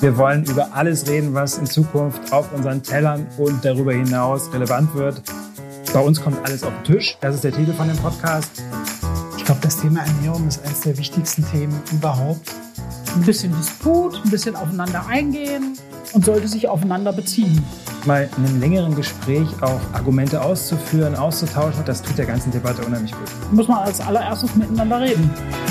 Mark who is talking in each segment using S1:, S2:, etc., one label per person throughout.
S1: Wir wollen über alles reden, was in Zukunft auf unseren Tellern und darüber hinaus relevant wird. Bei uns kommt alles auf den Tisch. Das ist der Titel von dem Podcast.
S2: Ich glaube, das Thema Ernährung ist eines der wichtigsten Themen überhaupt. Ein bisschen Disput, ein bisschen aufeinander eingehen und sollte sich aufeinander beziehen.
S1: Mal in einem längeren Gespräch auch Argumente auszuführen, auszutauschen, das tut der ganzen Debatte unheimlich gut.
S2: Muss man als allererstes miteinander reden.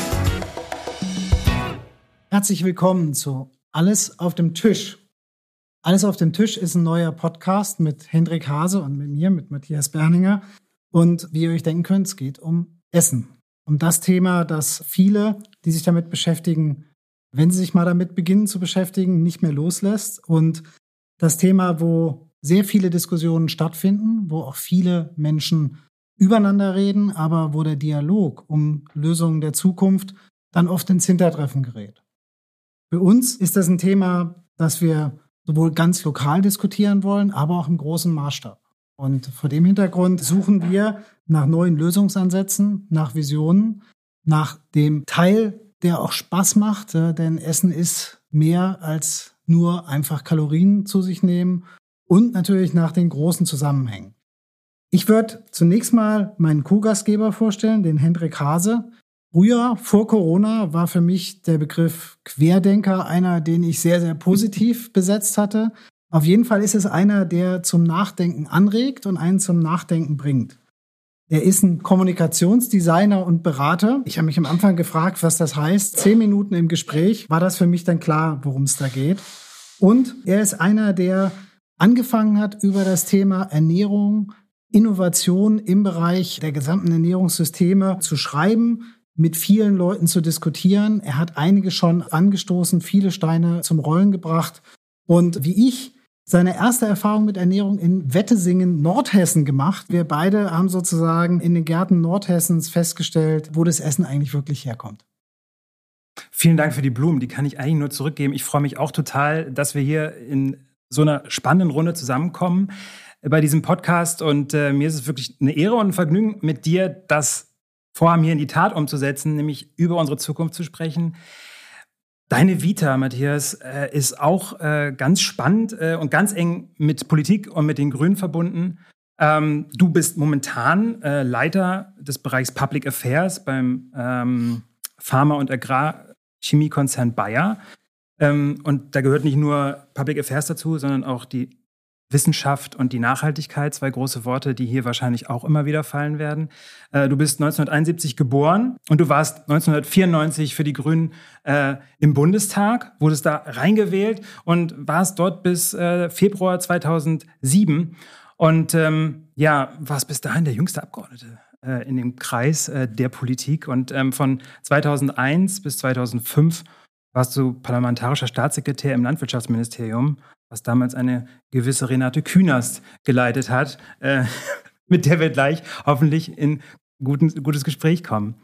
S2: Herzlich willkommen zu Alles auf dem Tisch. Alles auf dem Tisch ist ein neuer Podcast mit Hendrik Hase und mit mir, mit Matthias Berninger. Und wie ihr euch denken könnt, es geht um Essen. Um das Thema, das viele, die sich damit beschäftigen, wenn sie sich mal damit beginnen zu beschäftigen, nicht mehr loslässt. Und das Thema, wo sehr viele Diskussionen stattfinden, wo auch viele Menschen übereinander reden, aber wo der Dialog um Lösungen der Zukunft dann oft ins Hintertreffen gerät. Für uns ist das ein Thema, das wir sowohl ganz lokal diskutieren wollen, aber auch im großen Maßstab. Und vor dem Hintergrund suchen wir nach neuen Lösungsansätzen, nach Visionen, nach dem Teil, der auch Spaß macht, denn Essen ist mehr als nur einfach Kalorien zu sich nehmen und natürlich nach den großen Zusammenhängen. Ich würde zunächst mal meinen Co-Gastgeber vorstellen, den Hendrik Hase. Früher, vor Corona, war für mich der Begriff Querdenker einer, den ich sehr, sehr positiv besetzt hatte. Auf jeden Fall ist es einer, der zum Nachdenken anregt und einen zum Nachdenken bringt. Er ist ein Kommunikationsdesigner und Berater. Ich habe mich am Anfang gefragt, was das heißt. 10 Minuten im Gespräch war das für mich dann klar, worum es da geht. Und er ist einer, der angefangen hat, über das Thema Ernährung, Innovation im Bereich der gesamten Ernährungssysteme zu schreiben, mit vielen Leuten zu diskutieren. Er hat einige schon angestoßen, viele Steine zum Rollen gebracht. Und wie ich seine erste Erfahrung mit Ernährung in Wettesingen, Nordhessen gemacht. Wir beide haben sozusagen in den Gärten Nordhessens festgestellt, wo das Essen eigentlich wirklich herkommt.
S1: Vielen Dank für die Blumen, die kann ich eigentlich nur zurückgeben. Ich freue mich auch total, dass wir hier in so einer spannenden Runde zusammenkommen bei diesem Podcast. Und mir ist es wirklich eine Ehre und ein Vergnügen, mit dir das Vorhaben hier in die Tat umzusetzen, nämlich über unsere Zukunft zu sprechen. Deine Vita, Matthias, ist auch ganz spannend und ganz eng mit Politik und mit den Grünen verbunden. Du bist momentan Leiter des Bereichs Public Affairs beim Pharma- und Agrarchemiekonzern Bayer. Und da gehört nicht nur Public Affairs dazu, sondern auch die Wissenschaft und die Nachhaltigkeit, 2 große Worte, die hier wahrscheinlich auch immer wieder fallen werden. Du bist 1971 geboren und du warst 1994 für die Grünen im Bundestag, wurdest da reingewählt und warst dort bis Februar 2007 und warst bis dahin der jüngste Abgeordnete in dem Kreis der Politik. Und von 2001 bis 2005 warst du parlamentarischer Staatssekretär im Landwirtschaftsministerium, was damals eine gewisse Renate Künast geleitet hat, mit der wir gleich hoffentlich in gutes Gespräch kommen.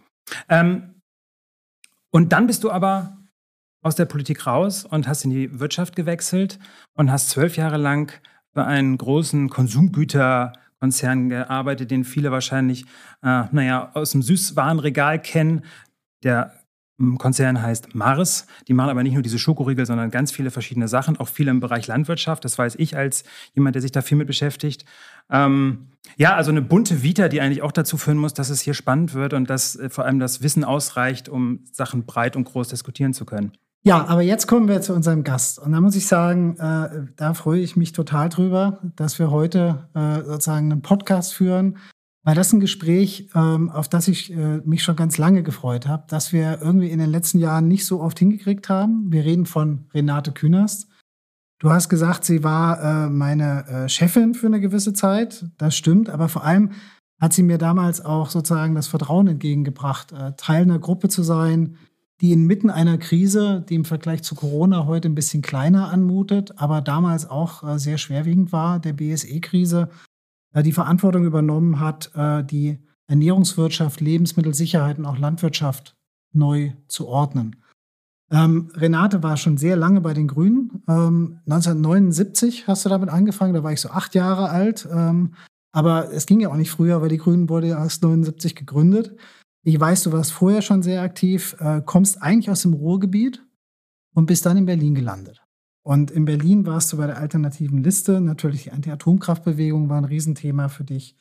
S1: Und dann bist du aber aus der Politik raus und hast in die Wirtschaft gewechselt und hast 12 Jahre lang für einen großen Konsumgüterkonzern gearbeitet, den viele wahrscheinlich aus dem Süßwarenregal kennen. Der Konzern heißt Mars. Die machen aber nicht nur diese Schokoriegel, sondern ganz viele verschiedene Sachen, auch viele im Bereich Landwirtschaft. Das weiß ich als jemand, der sich da viel mit beschäftigt. Also eine bunte Vita, die eigentlich auch dazu führen muss, dass es hier spannend wird und dass vor allem das Wissen ausreicht, um Sachen breit und groß diskutieren zu können.
S2: Ja, aber jetzt kommen wir zu unserem Gast. Und da muss ich sagen, da freue ich mich total drüber, dass wir heute sozusagen einen Podcast führen. Weil das ein Gespräch, auf das ich mich schon ganz lange gefreut habe, dass wir irgendwie in den letzten Jahren nicht so oft hingekriegt haben. Wir reden von Renate Künast. Du hast gesagt, sie war meine Chefin für eine gewisse Zeit. Das stimmt, aber vor allem hat sie mir damals auch sozusagen das Vertrauen entgegengebracht, Teil einer Gruppe zu sein, die inmitten einer Krise, die im Vergleich zu Corona heute ein bisschen kleiner anmutet, aber damals auch sehr schwerwiegend war, der BSE-Krise, die Verantwortung übernommen hat, die Ernährungswirtschaft, Lebensmittelsicherheit und auch Landwirtschaft neu zu ordnen. Renate war schon sehr lange bei den Grünen. 1979 hast du damit angefangen, da war ich so 8 Jahre alt. Aber es ging ja auch nicht früher, weil die Grünen wurde ja erst 1979 gegründet. Ich weiß, du warst vorher schon sehr aktiv, kommst eigentlich aus dem Ruhrgebiet und bist dann in Berlin gelandet. Und in Berlin warst du bei der alternativen Liste. Natürlich die Anti-Atomkraftbewegung war ein Riesenthema für dich.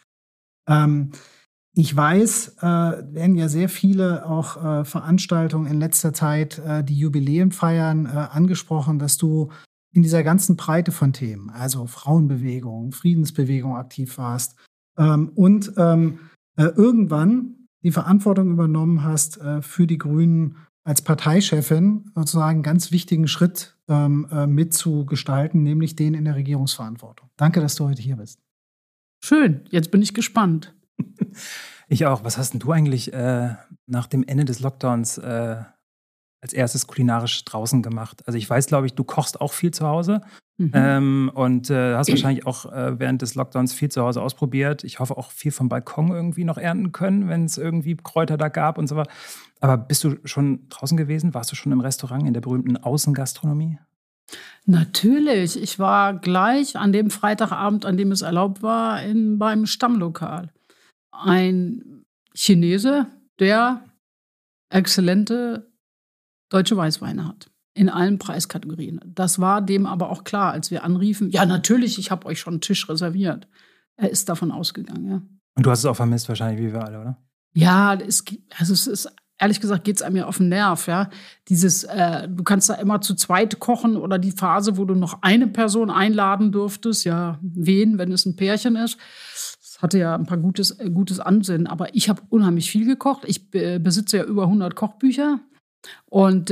S2: Ich weiß, werden ja sehr viele auch Veranstaltungen in letzter Zeit, die Jubiläen feiern, angesprochen, dass du in dieser ganzen Breite von Themen, also Frauenbewegung, Friedensbewegung aktiv warst und irgendwann die Verantwortung übernommen hast für die Grünen als Parteichefin sozusagen einen ganz wichtigen Schritt mitzugestalten, nämlich den in der Regierungsverantwortung. Danke, dass du heute hier bist.
S3: Schön, jetzt bin ich gespannt.
S1: Ich auch. Was hast denn du eigentlich nach dem Ende des Lockdowns als erstes kulinarisch draußen gemacht? Also ich weiß, glaube ich, du kochst auch viel zu Hause und hast wahrscheinlich auch während des Lockdowns viel zu Hause ausprobiert. Ich hoffe auch viel vom Balkon irgendwie noch ernten können, wenn es irgendwie Kräuter da gab und so weiter. Aber bist du schon draußen gewesen? Warst du schon im Restaurant in der berühmten Außengastronomie?
S3: Natürlich. Ich war gleich an dem Freitagabend, an dem es erlaubt war, beim Stammlokal. Ein Chinese, der exzellente deutsche Weißweine hat. In allen Preiskategorien. Das war dem aber auch klar, als wir anriefen. Ja, natürlich, ich habe euch schon einen Tisch reserviert. Er ist davon ausgegangen, ja.
S1: Und du hast es auch vermisst wahrscheinlich, wie wir alle, oder?
S3: Ja, es ist, ehrlich gesagt, geht es einem ja auf den Nerv, ja. Du kannst da immer zu zweit kochen oder die Phase, wo du noch eine Person einladen dürftest, ja, wen, wenn es ein Pärchen ist. Das hatte ja ein paar gutes Ansinnen, aber ich habe unheimlich viel gekocht. Ich besitze ja über 100 Kochbücher und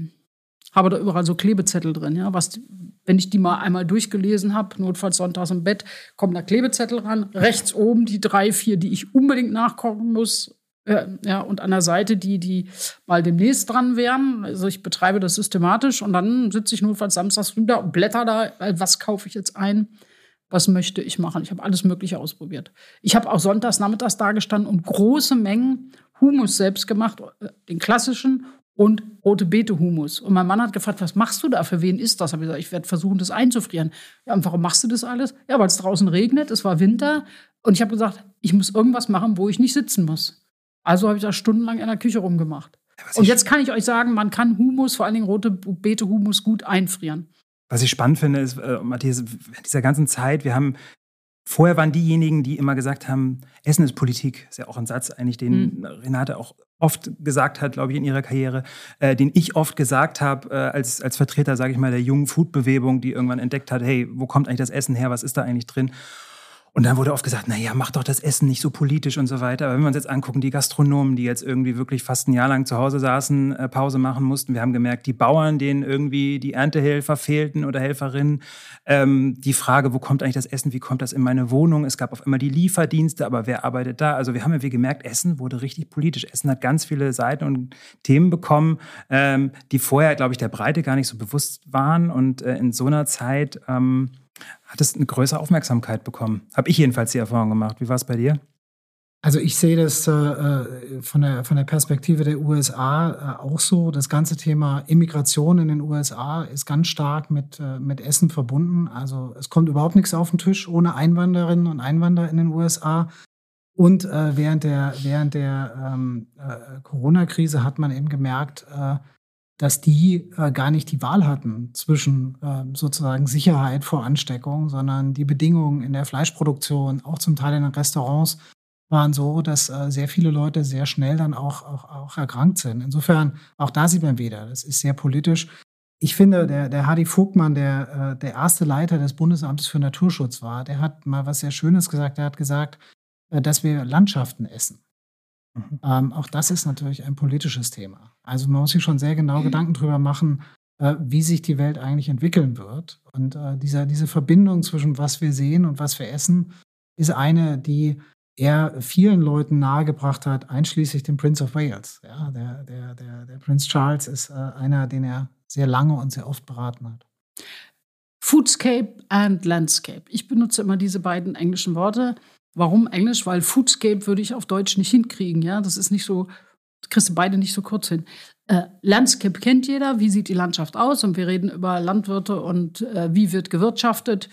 S3: habe da überall so Klebezettel drin, ja, wenn ich die mal einmal durchgelesen habe, notfalls sonntags im Bett, kommen da Klebezettel ran, rechts oben die 3, 4, die ich unbedingt nachkochen muss, und an der Seite die mal demnächst dran wären. Also ich betreibe das systematisch und dann sitze ich notfalls samstags wieder und blätter da, was kaufe ich jetzt ein, was möchte ich machen. Ich habe alles Mögliche ausprobiert. Ich habe auch sonntags, nachmittags da gestanden und große Mengen Hummus selbst gemacht, den klassischen und rote Beete Hummus. Und mein Mann hat gefragt, was machst du da? Für wen ist das? Habe ich gesagt, ich werde versuchen, das einzufrieren. Ja, und warum machst du das alles? Ja, weil es draußen regnet, es war Winter. Und ich habe gesagt, ich muss irgendwas machen, wo ich nicht sitzen muss. Also habe ich da stundenlang in der Küche rumgemacht. Und jetzt kann ich euch sagen, man kann Hummus, vor allen Dingen rote Beete Hummus, gut einfrieren.
S1: Was ich spannend finde, ist, Matthias, in dieser ganzen Zeit, vorher waren diejenigen, die immer gesagt haben, Essen ist Politik. Ist ja auch ein Satz eigentlich, den Renate auch oft gesagt hat, glaube ich, in ihrer Karriere, den ich oft gesagt habe als Vertreter, sage ich mal, der jungen Food-Bewegung, die irgendwann entdeckt hat, hey, wo kommt eigentlich das Essen her, was ist da eigentlich drin? Und dann wurde oft gesagt, naja, mach doch das Essen nicht so politisch und so weiter. Aber wenn wir uns jetzt angucken, die Gastronomen, die jetzt irgendwie wirklich fast ein Jahr lang zu Hause saßen, Pause machen mussten. Wir haben gemerkt, die Bauern, denen irgendwie die Erntehelfer fehlten oder Helferinnen. Die Frage, wo kommt eigentlich das Essen, wie kommt das in meine Wohnung? Es gab auf einmal die Lieferdienste, aber wer arbeitet da? Also wir haben irgendwie gemerkt, Essen wurde richtig politisch. Essen hat ganz viele Seiten und Themen bekommen, die vorher, glaube ich, der Breite gar nicht so bewusst waren. Und in so einer Zeit hat es eine größere Aufmerksamkeit bekommen. Habe ich jedenfalls die Erfahrung gemacht. Wie war es bei dir?
S2: Also ich sehe das von der Perspektive der USA auch so. Das ganze Thema Immigration in den USA ist ganz stark mit Essen verbunden. Also es kommt überhaupt nichts auf den Tisch ohne Einwanderinnen und Einwanderer in den USA. Und während der Corona-Krise hat man eben gemerkt, dass die gar nicht die Wahl hatten zwischen sozusagen Sicherheit vor Ansteckung, sondern die Bedingungen in der Fleischproduktion, auch zum Teil in den Restaurants, waren so, dass sehr viele Leute sehr schnell dann auch erkrankt sind. Insofern, auch da sieht man wieder, das ist sehr politisch. Ich finde, der Hardy Vogtmann, der erste Leiter des Bundesamtes für Naturschutz war, der hat mal was sehr Schönes gesagt. Er hat gesagt, dass wir Landschaften essen. Auch das ist natürlich ein politisches Thema. Also man muss sich schon sehr genau Gedanken drüber machen, wie sich die Welt eigentlich entwickeln wird. Und diese Verbindung zwischen was wir sehen und was wir essen, ist eine, die er vielen Leuten nahegebracht hat, einschließlich dem Prince of Wales. Ja, der Prinz Charles ist einer, den er sehr lange und sehr oft beraten hat.
S3: Foodscape and Landscape. Ich benutze immer diese beiden englischen Worte. Warum Englisch? Weil Foodscape würde ich auf Deutsch nicht hinkriegen. Ja, das ist nicht so, kriegst du beide nicht so kurz hin. Landscape kennt jeder. Wie sieht die Landschaft aus? Und wir reden über Landwirte und wie wird gewirtschaftet.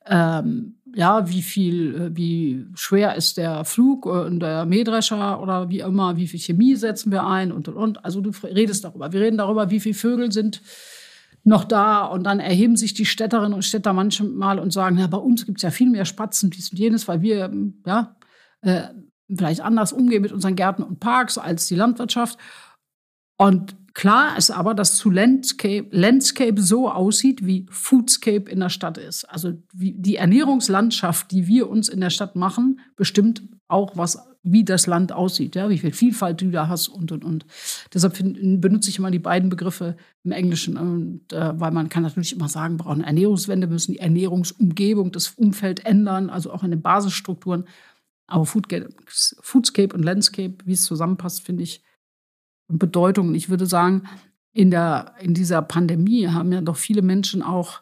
S3: Wie schwer ist der Flug und der Mähdrescher oder wie immer, wie viel Chemie setzen wir ein und. Also du redest darüber. Wir reden darüber, wie viele Vögel sind noch da. Und dann erheben sich die Städterinnen und Städter manchmal und sagen, ja, bei uns gibt es ja viel mehr Spatzen, dies und jenes, weil wir vielleicht anders umgehen mit unseren Gärten und Parks als die Landwirtschaft. Und klar ist aber, dass zu Landscape so aussieht, wie Foodscape in der Stadt ist. Also die Ernährungslandschaft, die wir uns in der Stadt machen, bestimmt auch, wie das Land aussieht, ja, wie viel Vielfalt du da hast und. Deshalb benutze ich immer die beiden Begriffe im Englischen. Und, weil man kann natürlich immer sagen, wir brauchen eine Ernährungswende, müssen die Ernährungsumgebung, das Umfeld ändern, also auch in den Basisstrukturen. Aber Foodscape und Landscape, wie es zusammenpasst, finde ich Bedeutung. Und ich würde sagen, in dieser Pandemie haben ja doch viele Menschen auch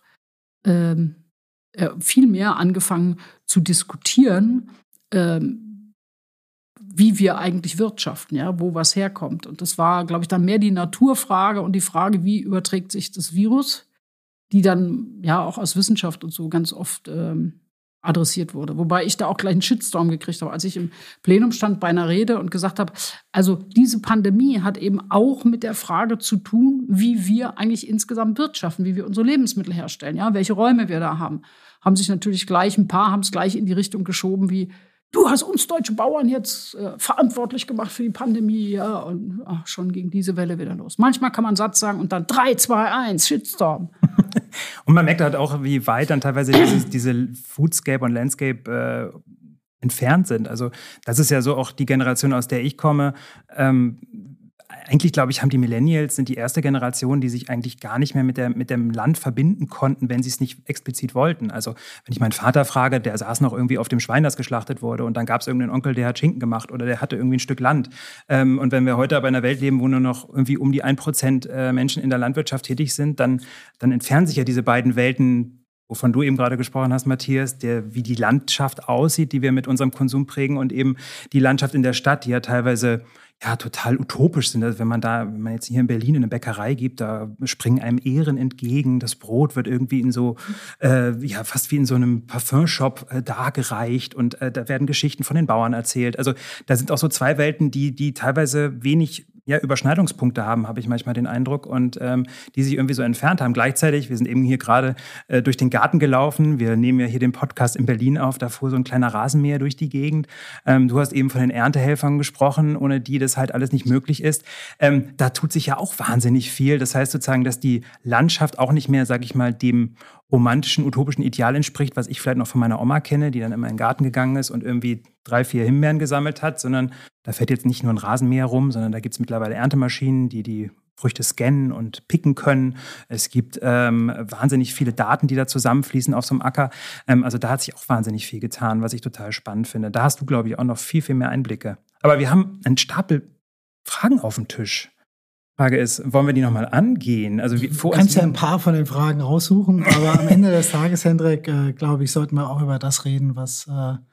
S3: viel mehr angefangen zu diskutieren, wie wir eigentlich wirtschaften, ja, wo was herkommt. Und das war, glaube ich, dann mehr die Naturfrage und die Frage, wie überträgt sich das Virus, die dann ja auch aus Wissenschaft und so ganz oft adressiert wurde. Wobei ich da auch gleich einen Shitstorm gekriegt habe, als ich im Plenum stand bei einer Rede und gesagt habe, also diese Pandemie hat eben auch mit der Frage zu tun, wie wir eigentlich insgesamt wirtschaften, wie wir unsere Lebensmittel herstellen, ja, welche Räume wir da haben. Haben sich natürlich gleich ein paar, haben es gleich in die Richtung geschoben wie, du hast uns deutsche Bauern jetzt verantwortlich gemacht für die Pandemie, ja, und schon ging diese Welle wieder los. Manchmal kann man einen Satz sagen und dann 3, 2, 1, Shitstorm.
S1: Und man merkt halt auch, wie weit dann teilweise diese Foodscape und Landscape entfernt sind. Also das ist ja so auch die Generation, aus der ich komme. Eigentlich, glaube ich, haben die Millennials, sind die erste Generation, die sich eigentlich gar nicht mehr mit dem Land verbinden konnten, wenn sie es nicht explizit wollten. Also wenn ich meinen Vater frage, der saß noch irgendwie auf dem Schwein, das geschlachtet wurde und dann gab es irgendeinen Onkel, der hat Schinken gemacht oder der hatte irgendwie ein Stück Land. Und wenn wir heute aber in einer Welt leben, wo nur noch irgendwie um die 1% Menschen in der Landwirtschaft tätig sind, dann entfernen sich ja diese beiden Welten, wovon du eben gerade gesprochen hast, Matthias, wie die Landschaft aussieht, die wir mit unserem Konsum prägen und eben die Landschaft in der Stadt, die ja teilweise total utopisch sind. Also wenn man jetzt hier in Berlin in eine Bäckerei gibt, da springen einem Ähren entgegen. Das Brot wird irgendwie in so, fast wie in so einem Parfumshop dargereicht und da werden Geschichten von den Bauern erzählt. Also da sind auch so zwei Welten, die teilweise wenig Überschneidungspunkte haben, habe ich manchmal den Eindruck, und die sich irgendwie so entfernt haben. Gleichzeitig, wir sind eben hier gerade durch den Garten gelaufen. Wir nehmen ja hier den Podcast in Berlin auf. Da fuhr so ein kleiner Rasenmäher durch die Gegend. Du hast eben von den Erntehelfern gesprochen, ohne die das halt alles nicht möglich ist. Da tut sich ja auch wahnsinnig viel. Das heißt sozusagen, dass die Landschaft auch nicht mehr, sage ich mal, dem romantischen, utopischen Ideal entspricht, was ich vielleicht noch von meiner Oma kenne, die dann immer in den Garten gegangen ist und irgendwie 3, 4 Himbeeren gesammelt hat, sondern da fährt jetzt nicht nur ein Rasenmäher rum, sondern da gibt es mittlerweile Erntemaschinen, die Früchte scannen und picken können. Es gibt wahnsinnig viele Daten, die da zusammenfließen auf so einem Acker. Also da hat sich auch wahnsinnig viel getan, was ich total spannend finde. Da hast du, glaube ich, auch noch viel, viel mehr Einblicke. Aber wir haben einen Stapel Fragen auf dem Tisch. Frage ist, wollen wir die nochmal angehen? Also
S2: du kannst ja ein paar von den Fragen raussuchen, aber am Ende des Tages, Hendrik, glaube ich, sollten wir auch über das reden, was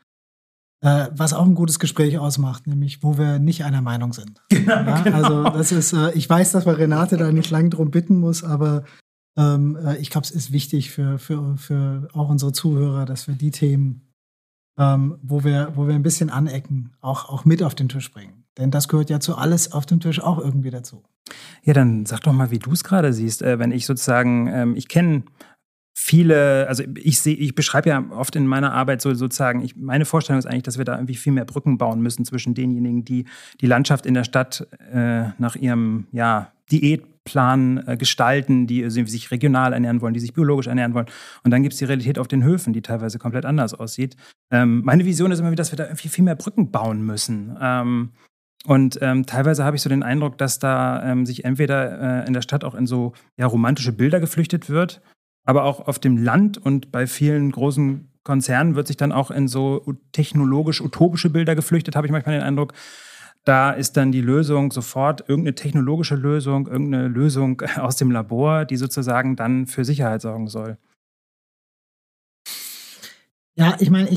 S2: auch ein gutes Gespräch ausmacht, nämlich wo wir nicht einer Meinung sind.
S1: Genau.
S2: Also das ist, ich weiß, dass man Renate da nicht lang drum bitten muss, aber ich glaube, es ist wichtig für auch unsere Zuhörer, dass wir die Themen, wo wir ein bisschen anecken, auch mit auf den Tisch bringen. Denn das gehört ja zu alles auf dem Tisch auch irgendwie dazu.
S1: Ja, dann sag doch mal, wie du es gerade siehst. Wenn ich sozusagen, ich kenne viele, also ich beschreibe ja oft in meiner Arbeit sozusagen, meine Vorstellung ist eigentlich, dass wir da irgendwie viel mehr Brücken bauen müssen zwischen denjenigen, die die Landschaft in der Stadt nach ihrem Diätplan gestalten, die sich regional ernähren wollen, die sich biologisch ernähren wollen. Und dann gibt es die Realität auf den Höfen, die teilweise komplett anders aussieht. Meine Vision ist immer wieder, dass wir da irgendwie viel mehr Brücken bauen müssen. Und teilweise habe ich so den Eindruck, dass da sich entweder in der Stadt auch in so romantische Bilder geflüchtet wird, aber auch auf dem Land und bei vielen großen Konzernen wird sich dann auch in so technologisch-utopische Bilder geflüchtet, habe ich manchmal den Eindruck. Da ist dann die Lösung sofort irgendeine technologische Lösung, irgendeine Lösung aus dem Labor, die sozusagen dann für Sicherheit sorgen soll.
S2: Ja, ich meine,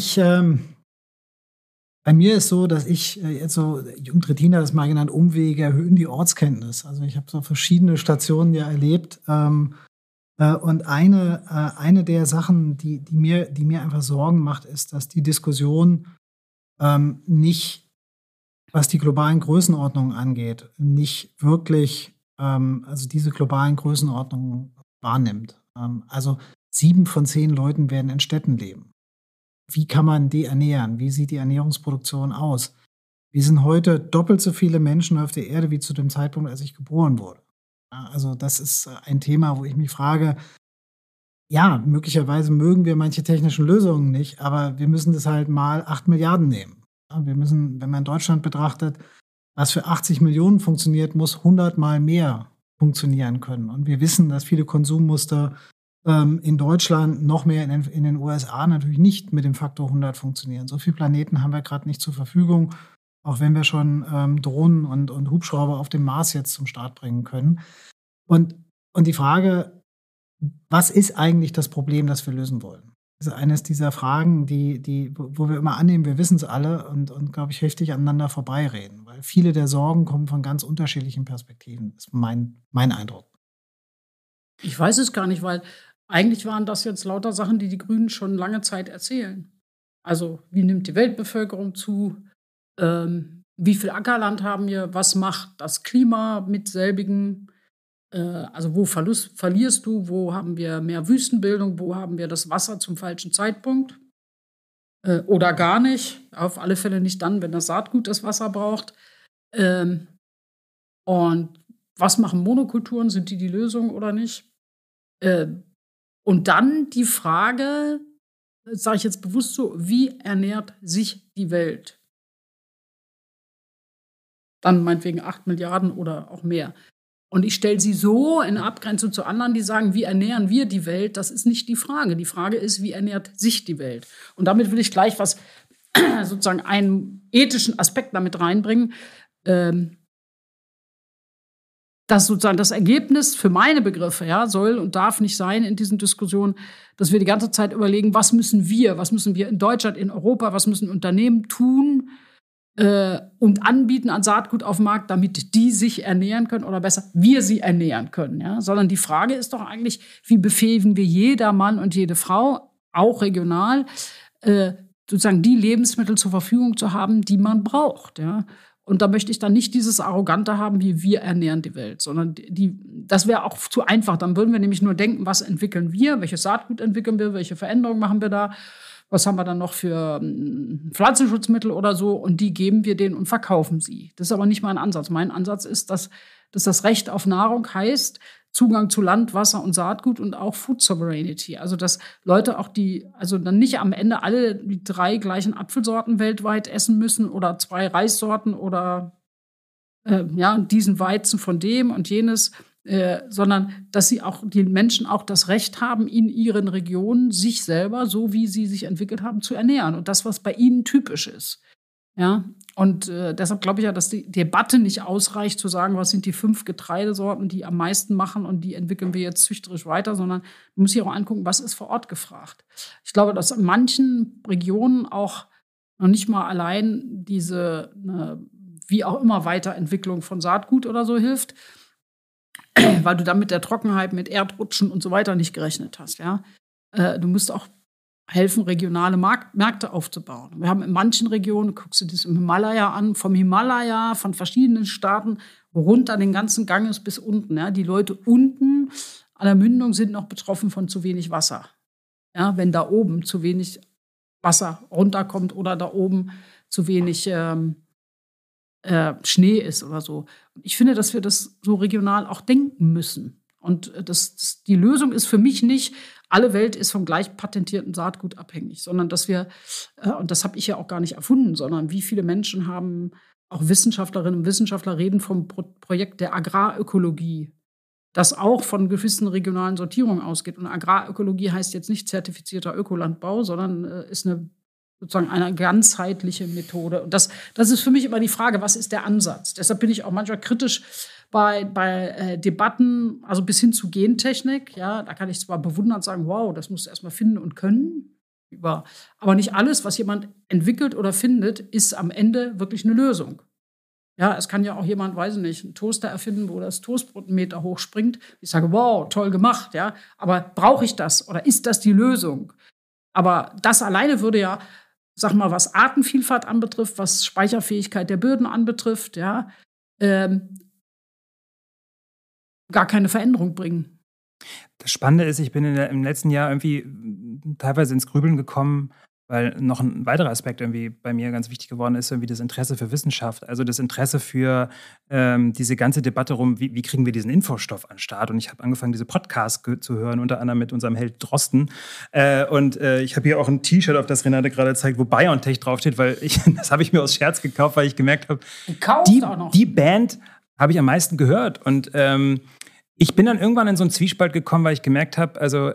S2: bei mir ist so, dass ich jetzt so, Jungtretina, das mal genannt, Umwege erhöhen die Ortskenntnis. Also ich habe so verschiedene Stationen ja erlebt. Und eine der Sachen, die mir einfach Sorgen macht, ist, dass die Diskussion nicht, was die globalen Größenordnungen angeht, nicht wirklich, also diese globalen Größenordnungen wahrnimmt. Also 7 von 10 Leuten werden in Städten leben. Wie kann man die ernähren? Wie sieht die Ernährungsproduktion aus? Wir sind heute doppelt so viele Menschen auf der Erde wie zu dem Zeitpunkt, als ich geboren wurde. Also das ist ein Thema, wo ich mich frage, ja, möglicherweise mögen wir manche technischen Lösungen nicht, aber wir müssen das halt mal 8 Milliarden nehmen. Wir müssen, wenn man Deutschland betrachtet, was für 80 Millionen funktioniert, muss 100 Mal mehr funktionieren können. Und wir wissen, dass viele Konsummuster in Deutschland noch mehr in den USA natürlich nicht mit dem Faktor 100 funktionieren. So viele Planeten haben wir gerade nicht zur Verfügung, auch wenn wir schon Drohnen und Hubschrauber auf dem Mars jetzt zum Start bringen können. Und die Frage, was ist eigentlich das Problem, das wir lösen wollen? Das ist eines dieser Fragen, wo wir immer annehmen, wir wissen es alle und glaube ich, heftig aneinander vorbeireden. Weil viele der Sorgen kommen von ganz unterschiedlichen Perspektiven. Das ist mein Eindruck.
S3: Ich weiß es gar nicht, weil eigentlich waren das jetzt lauter Sachen, die Grünen schon lange Zeit erzählen. Also, wie nimmt die Weltbevölkerung zu? Wie viel Ackerland haben wir? Was macht das Klima mit selbigen? Also, wo verlierst du? Wo haben wir mehr Wüstenbildung? Wo haben wir das Wasser zum falschen Zeitpunkt? Oder gar nicht. Auf alle Fälle nicht dann, wenn das Saatgut das Wasser braucht. Und was machen Monokulturen? Sind die Lösung oder nicht? Und dann die Frage, sage ich jetzt bewusst so, wie ernährt sich die Welt? Dann meinetwegen 8 Milliarden oder auch mehr. Und ich stelle sie so in Abgrenzung zu anderen, die sagen, wie ernähren wir die Welt? Das ist nicht die Frage. Die Frage ist, wie ernährt sich die Welt? Und damit will ich gleich sozusagen einen ethischen Aspekt damit reinbringen. Dass sozusagen das Ergebnis für meine Begriffe soll und darf nicht sein in diesen Diskussionen, dass wir die ganze Zeit überlegen, was müssen wir in Deutschland, in Europa, was müssen Unternehmen tun und anbieten an Saatgut auf dem Markt, damit die sich ernähren können oder besser wir sie ernähren können. Ja? Sondern die Frage ist doch eigentlich, wie befähigen wir jeder Mann und jede Frau, auch regional, sozusagen die Lebensmittel zur Verfügung zu haben, die man braucht. Ja? Und da möchte ich dann nicht dieses Arrogante haben, wie wir ernähren die Welt, sondern das wäre auch zu einfach. Dann würden wir nämlich nur denken, was entwickeln wir, welches Saatgut entwickeln wir, welche Veränderungen machen wir da, was haben wir dann noch für Pflanzenschutzmittel oder so und die geben wir denen und verkaufen sie. Das ist aber nicht mein Ansatz. Mein Ansatz ist, dass das Recht auf Nahrung heißt, Zugang zu Land, Wasser und Saatgut und auch Food Sovereignty. Also dass Leute auch also dann nicht am Ende alle die 3 gleichen Apfelsorten weltweit essen müssen oder 2 Reissorten oder diesen Weizen von dem und jenes, sondern dass die Menschen auch das Recht haben, in ihren Regionen sich selber, so wie sie sich entwickelt haben, zu ernähren und das, was bei ihnen typisch ist. Ja, und deshalb glaube ich ja, dass die Debatte nicht ausreicht, zu sagen, was sind die 5 Getreidesorten, die am meisten machen und die entwickeln wir jetzt züchterisch weiter, sondern man muss sich auch angucken, was ist vor Ort gefragt. Ich glaube, dass in manchen Regionen auch noch nicht mal allein diese, wie auch immer, Weiterentwicklung von Saatgut oder so hilft, weil du dann mit der Trockenheit, mit Erdrutschen und so weiter nicht gerechnet hast. Ja? Du musst auch helfen, regionale Märkte aufzubauen. Wir haben in manchen Regionen, guckst du das im Himalaya an, vom Himalaya, von verschiedenen Staaten, runter den ganzen Ganges bis unten. Ja. Die Leute unten an der Mündung sind noch betroffen von zu wenig Wasser. Ja, wenn da oben zu wenig Wasser runterkommt oder da oben zu wenig Schnee ist oder so. Ich finde, dass wir das so regional auch denken müssen. Und die Lösung ist für mich nicht, alle Welt ist vom gleich patentierten Saatgut abhängig, sondern dass wir, und das habe ich ja auch gar nicht erfunden, sondern wie viele Menschen haben, auch Wissenschaftlerinnen und Wissenschaftler reden vom Projekt der Agrarökologie, das auch von gewissen regionalen Sortierungen ausgeht. Und Agrarökologie heißt jetzt nicht zertifizierter Ökolandbau, sondern ist sozusagen eine ganzheitliche Methode. Und das ist für mich immer die Frage, was ist der Ansatz? Deshalb bin ich auch manchmal kritisch bei Debatten, also bis hin zu Gentechnik. Ja, da kann ich zwar bewundernd sagen, wow, das musst du erstmal finden und können. Aber nicht alles, was jemand entwickelt oder findet, ist am Ende wirklich eine Lösung. Ja, es kann ja auch jemand, weiß ich nicht, einen Toaster erfinden, wo das Toastbrot 1 Meter hoch springt. Ich sage, wow, toll gemacht. Ja, aber brauche ich das oder ist das die Lösung? Aber das alleine würde ja, sag mal, was Artenvielfalt anbetrifft, was Speicherfähigkeit der Böden anbetrifft, ja, gar keine Veränderung bringen.
S1: Das Spannende ist, ich bin im letzten Jahr irgendwie teilweise ins Grübeln gekommen, weil noch ein weiterer Aspekt irgendwie bei mir ganz wichtig geworden ist, irgendwie das Interesse für Wissenschaft. Also das Interesse für diese ganze Debatte rum, wie kriegen wir diesen Infostoff an den Start? Und ich habe angefangen, diese Podcasts zu hören, unter anderem mit unserem Held Drosten. Ich habe hier auch ein T-Shirt, auf das Renate gerade zeigt, wo BioNTech draufsteht, weil das habe ich mir aus Scherz gekauft, weil ich gemerkt habe, die Band habe ich am meisten gehört. Und ich bin dann irgendwann in so einen Zwiespalt gekommen, weil ich gemerkt habe, also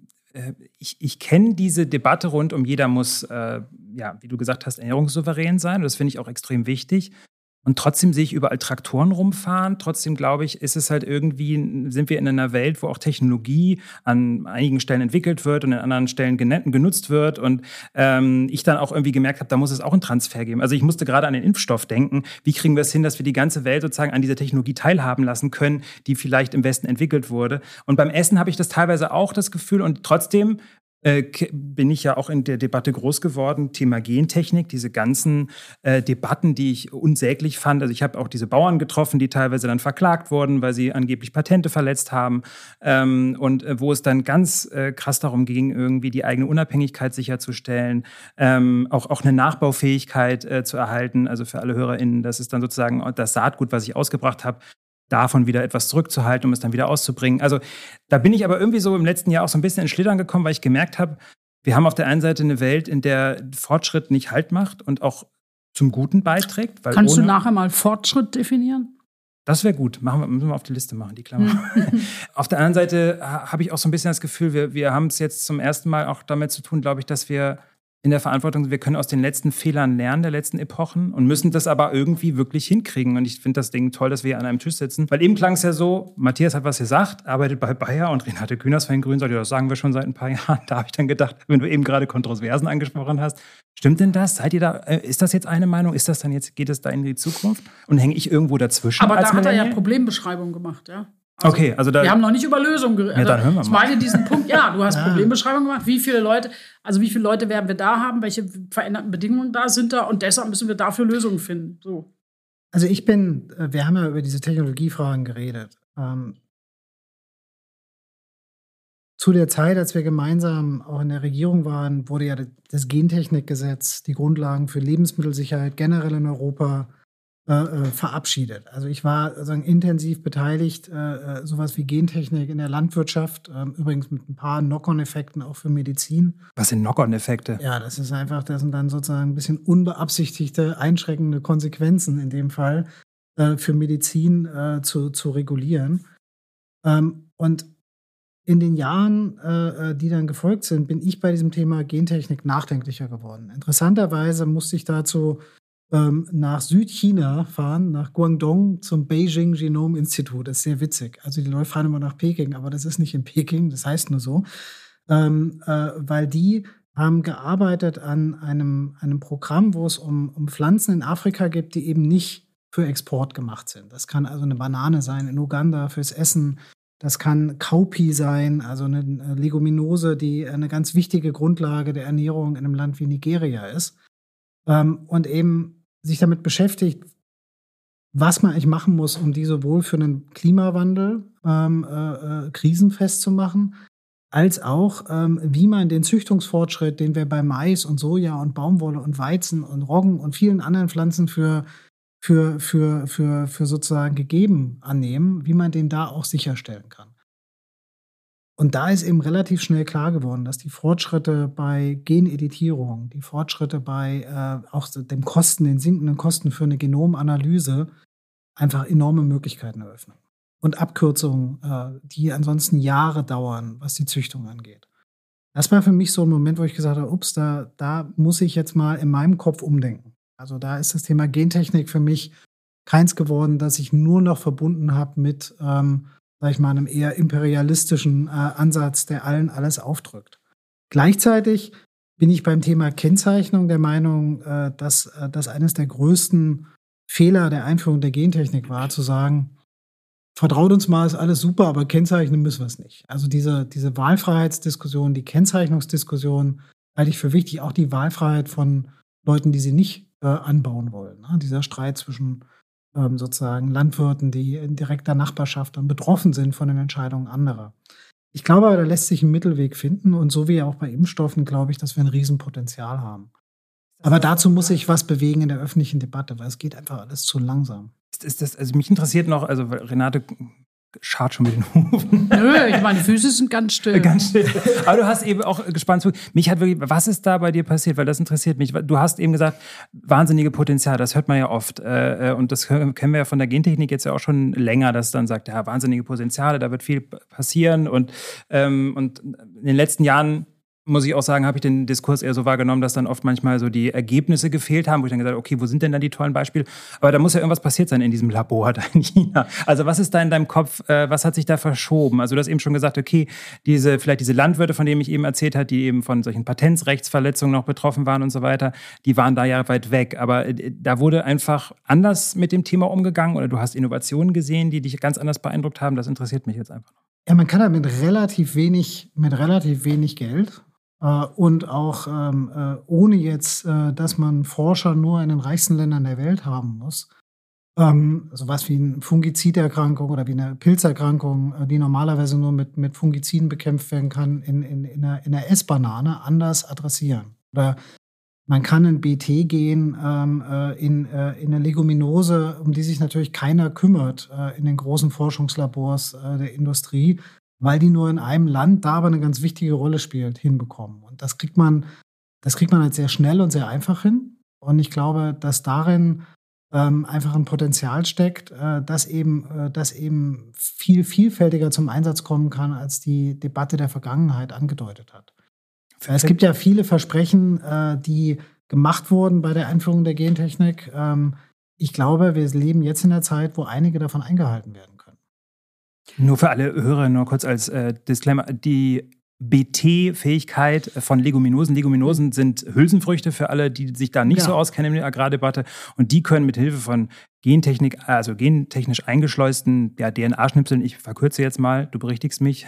S1: ich kenne diese Debatte rund um jeder muss, wie du gesagt hast, ernährungssouverän sein. Und das finde ich auch extrem wichtig. Und trotzdem sehe ich überall Traktoren rumfahren. Trotzdem, glaube ich, ist es halt irgendwie, sind wir in einer Welt, wo auch Technologie an einigen Stellen entwickelt wird und an anderen Stellen genutzt wird. Und ich dann auch irgendwie gemerkt habe, da muss es auch einen Transfer geben. Also ich musste gerade an den Impfstoff denken. Wie kriegen wir es hin, dass wir die ganze Welt sozusagen an dieser Technologie teilhaben lassen können, die vielleicht im Westen entwickelt wurde? Und beim Essen habe ich das teilweise auch das Gefühl. Und trotzdem bin ich ja auch in der Debatte groß geworden, Thema Gentechnik, diese ganzen Debatten, die ich unsäglich fand. Also ich habe auch diese Bauern getroffen, die teilweise dann verklagt wurden, weil sie angeblich Patente verletzt haben wo es dann ganz krass darum ging, irgendwie die eigene Unabhängigkeit sicherzustellen, auch eine Nachbaufähigkeit zu erhalten. Also für alle HörerInnen, das ist dann sozusagen das Saatgut, was ich ausgebracht habe, davon wieder etwas zurückzuhalten, um es dann wieder auszubringen. Also da bin ich aber irgendwie so im letzten Jahr auch so ein bisschen ins Schlittern gekommen, weil ich gemerkt habe, wir haben auf der einen Seite eine Welt, in der Fortschritt nicht Halt macht und auch zum Guten beiträgt. Weil
S3: Kannst du nachher mal Fortschritt definieren?
S1: Das wäre gut. Müssen wir auf die Liste machen, die Klammer. Auf der anderen Seite habe ich auch so ein bisschen das Gefühl, wir haben es jetzt zum ersten Mal auch damit zu tun, glaube ich, dass wir in der Verantwortung sind, wir können aus den letzten Fehlern lernen, der letzten Epochen und müssen das aber irgendwie wirklich hinkriegen. Und ich finde das Ding toll, dass wir hier an einem Tisch sitzen. Weil eben klang es ja so, Matthias hat was gesagt, arbeitet bei Bayer und Renate Künast von den Grünen sagt, ja, das sagen wir schon seit ein paar Jahren. Da habe ich dann gedacht, wenn du eben gerade Kontroversen angesprochen hast, stimmt denn das? Seid ihr da? Ist das jetzt eine Meinung? Ist das dann jetzt, geht es da in die Zukunft? Und hänge ich irgendwo dazwischen?
S3: Aber da hat er ja Problembeschreibungen gemacht, ja. Also,
S1: okay, also da,
S3: wir haben noch nicht über Lösungen geredet.
S1: Ja, dann hören wir mal.
S3: Ich meine diesen Punkt, ja, du hast Problembeschreibungen gemacht. Wie viele Leute werden wir da haben? Welche veränderten Bedingungen da sind da? Und deshalb müssen wir dafür Lösungen finden. So.
S2: Also wir haben ja über diese Technologiefragen geredet. Zu der Zeit, als wir gemeinsam auch in der Regierung waren, wurde ja das Gentechnikgesetz, die Grundlagen für Lebensmittelsicherheit generell in Europa verabschiedet. Also ich war sozusagen intensiv beteiligt, sowas wie Gentechnik in der Landwirtschaft, übrigens mit ein paar Knock-on-Effekten auch für Medizin.
S1: Was sind Knock-on-Effekte?
S2: Ja, das sind dann sozusagen ein bisschen unbeabsichtigte, einschränkende Konsequenzen in dem Fall für Medizin zu regulieren. Und in den Jahren, die dann gefolgt sind, bin ich bei diesem Thema Gentechnik nachdenklicher geworden. Interessanterweise musste ich dazu nach Südchina fahren, nach Guangdong zum Beijing Genome Institute. Das ist sehr witzig. Also die Leute fahren immer nach Peking, aber das ist nicht in Peking, das heißt nur so. Weil die haben gearbeitet an einem Programm, wo es um Pflanzen in Afrika geht, die eben nicht für Export gemacht sind. Das kann also eine Banane sein in Uganda fürs Essen. Das kann Cowpea sein, also eine Leguminose, die eine ganz wichtige Grundlage der Ernährung in einem Land wie Nigeria ist. Und eben sich damit beschäftigt, was man eigentlich machen muss, um die sowohl für einen Klimawandel krisenfest zu machen, als auch, wie man den Züchtungsfortschritt, den wir bei Mais und Soja und Baumwolle und Weizen und Roggen und vielen anderen Pflanzen für sozusagen gegeben annehmen, wie man den da auch sicherstellen kann. Und da ist eben relativ schnell klar geworden, dass die Fortschritte bei Geneditierung, die Fortschritte bei auch den sinkenden Kosten für eine Genomanalyse einfach enorme Möglichkeiten eröffnen. Und Abkürzungen, die ansonsten Jahre dauern, was die Züchtung angeht. Das war für mich so ein Moment, wo ich gesagt habe, ups, da muss ich jetzt mal in meinem Kopf umdenken. Also da ist das Thema Gentechnik für mich keins geworden, das ich nur noch verbunden habe mit sag ich mal, einem eher imperialistischen Ansatz, der allen alles aufdrückt. Gleichzeitig bin ich beim Thema Kennzeichnung der Meinung, dass das eines der größten Fehler der Einführung der Gentechnik war, zu sagen, vertraut uns mal, ist alles super, aber kennzeichnen müssen wir es nicht. Also diese Wahlfreiheitsdiskussion, die Kennzeichnungsdiskussion halte ich für wichtig, auch die Wahlfreiheit von Leuten, die sie nicht anbauen wollen. Ne? Dieser Streit zwischen sozusagen Landwirten, die in direkter Nachbarschaft dann betroffen sind von den Entscheidungen anderer. Ich glaube aber, da lässt sich ein Mittelweg finden. Und so wie auch bei Impfstoffen, glaube ich, dass wir ein Riesenpotenzial haben. Aber dazu muss sich was bewegen in der öffentlichen Debatte, weil es geht einfach alles zu langsam.
S1: Ist das, also mich interessiert noch, also Renate scharrt schon mit den Hufen.
S3: Nö, meine Füße sind ganz still.
S1: Ganz still. Aber du hast eben auch gespannt zu. Mich hat wirklich, was ist da bei dir passiert? Weil das interessiert mich. Du hast eben gesagt, wahnsinnige Potenzial, das hört man ja oft. Und das kennen wir ja von der Gentechnik jetzt ja auch schon länger, dass dann sagt, ja, wahnsinnige Potenziale, da wird viel passieren. Und in den letzten Jahren, muss ich auch sagen, habe ich den Diskurs eher so wahrgenommen, dass dann oft manchmal so die Ergebnisse gefehlt haben, wo ich dann gesagt habe, okay, wo sind denn dann die tollen Beispiele? Aber da muss ja irgendwas passiert sein in diesem Labor da in China. Also was ist da in deinem Kopf, was hat sich da verschoben? Also du hast eben schon gesagt, okay, vielleicht diese Landwirte, von denen ich eben erzählt habe, die eben von solchen Patentsrechtsverletzungen noch betroffen waren und so weiter, die waren da ja weit weg. Aber da wurde einfach anders mit dem Thema umgegangen oder du hast Innovationen gesehen, die dich ganz anders beeindruckt haben. Das interessiert mich jetzt einfach.
S2: Ja, man kann halt mit relativ wenig Geld und auch ohne jetzt, dass man Forscher nur in den reichsten Ländern der Welt haben muss, sowas wie eine Fungiziderkrankung oder wie eine Pilzerkrankung, die normalerweise nur mit Fungiziden bekämpft werden kann, in einer Essbanane anders adressieren. Oder man kann in BT gehen, in eine Leguminose, um die sich natürlich keiner kümmert in den großen Forschungslabors der Industrie, weil die nur in einem Land da aber eine ganz wichtige Rolle spielt, hinbekommen. Und das kriegt man halt sehr schnell und sehr einfach hin. Und ich glaube, dass darin einfach ein Potenzial steckt, das eben viel vielfältiger zum Einsatz kommen kann, als die Debatte der Vergangenheit angedeutet hat. Es gibt ja viele Versprechen, die gemacht wurden bei der Einführung der Gentechnik. Ich glaube, wir leben jetzt in der Zeit, wo einige davon eingehalten werden können.
S1: Nur für alle Hörer, nur kurz als Disclaimer, die BT-Fähigkeit von Leguminosen. Leguminosen sind Hülsenfrüchte für alle, die sich da nicht so auskennen in der Agrardebatte. Und die können mit Hilfe von Gentechnik, also gentechnisch eingeschleusten DNA-Schnipseln, ich verkürze jetzt mal, du berichtigst mich.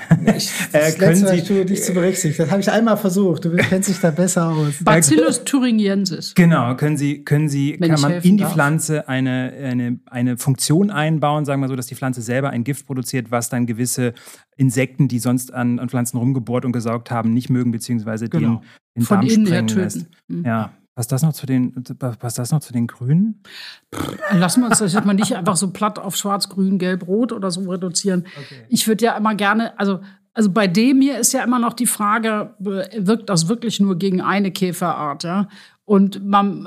S2: Dich zu berücksichtigen. Das habe ich einmal versucht. Du kennst dich da besser aus.
S3: Bacillus thuringiensis.
S1: Genau, kann man in die Pflanze eine Funktion einbauen, sagen wir so, dass die Pflanze selber ein Gift produziert, was dann gewisse Insekten, die sonst an Pflanzen rumgebohrt und gesaugt haben, nicht mögen, beziehungsweise den Darm sprengen lässt. Ja. Passt das noch zu den Grünen?
S3: Lassen wir uns das jetzt mal nicht einfach so platt auf Schwarz, Grün, Gelb, Rot oder so reduzieren. Okay. Ich würde ja immer gerne, also bei dem hier ist ja immer noch die Frage, wirkt das wirklich nur gegen eine Käferart, ja? Und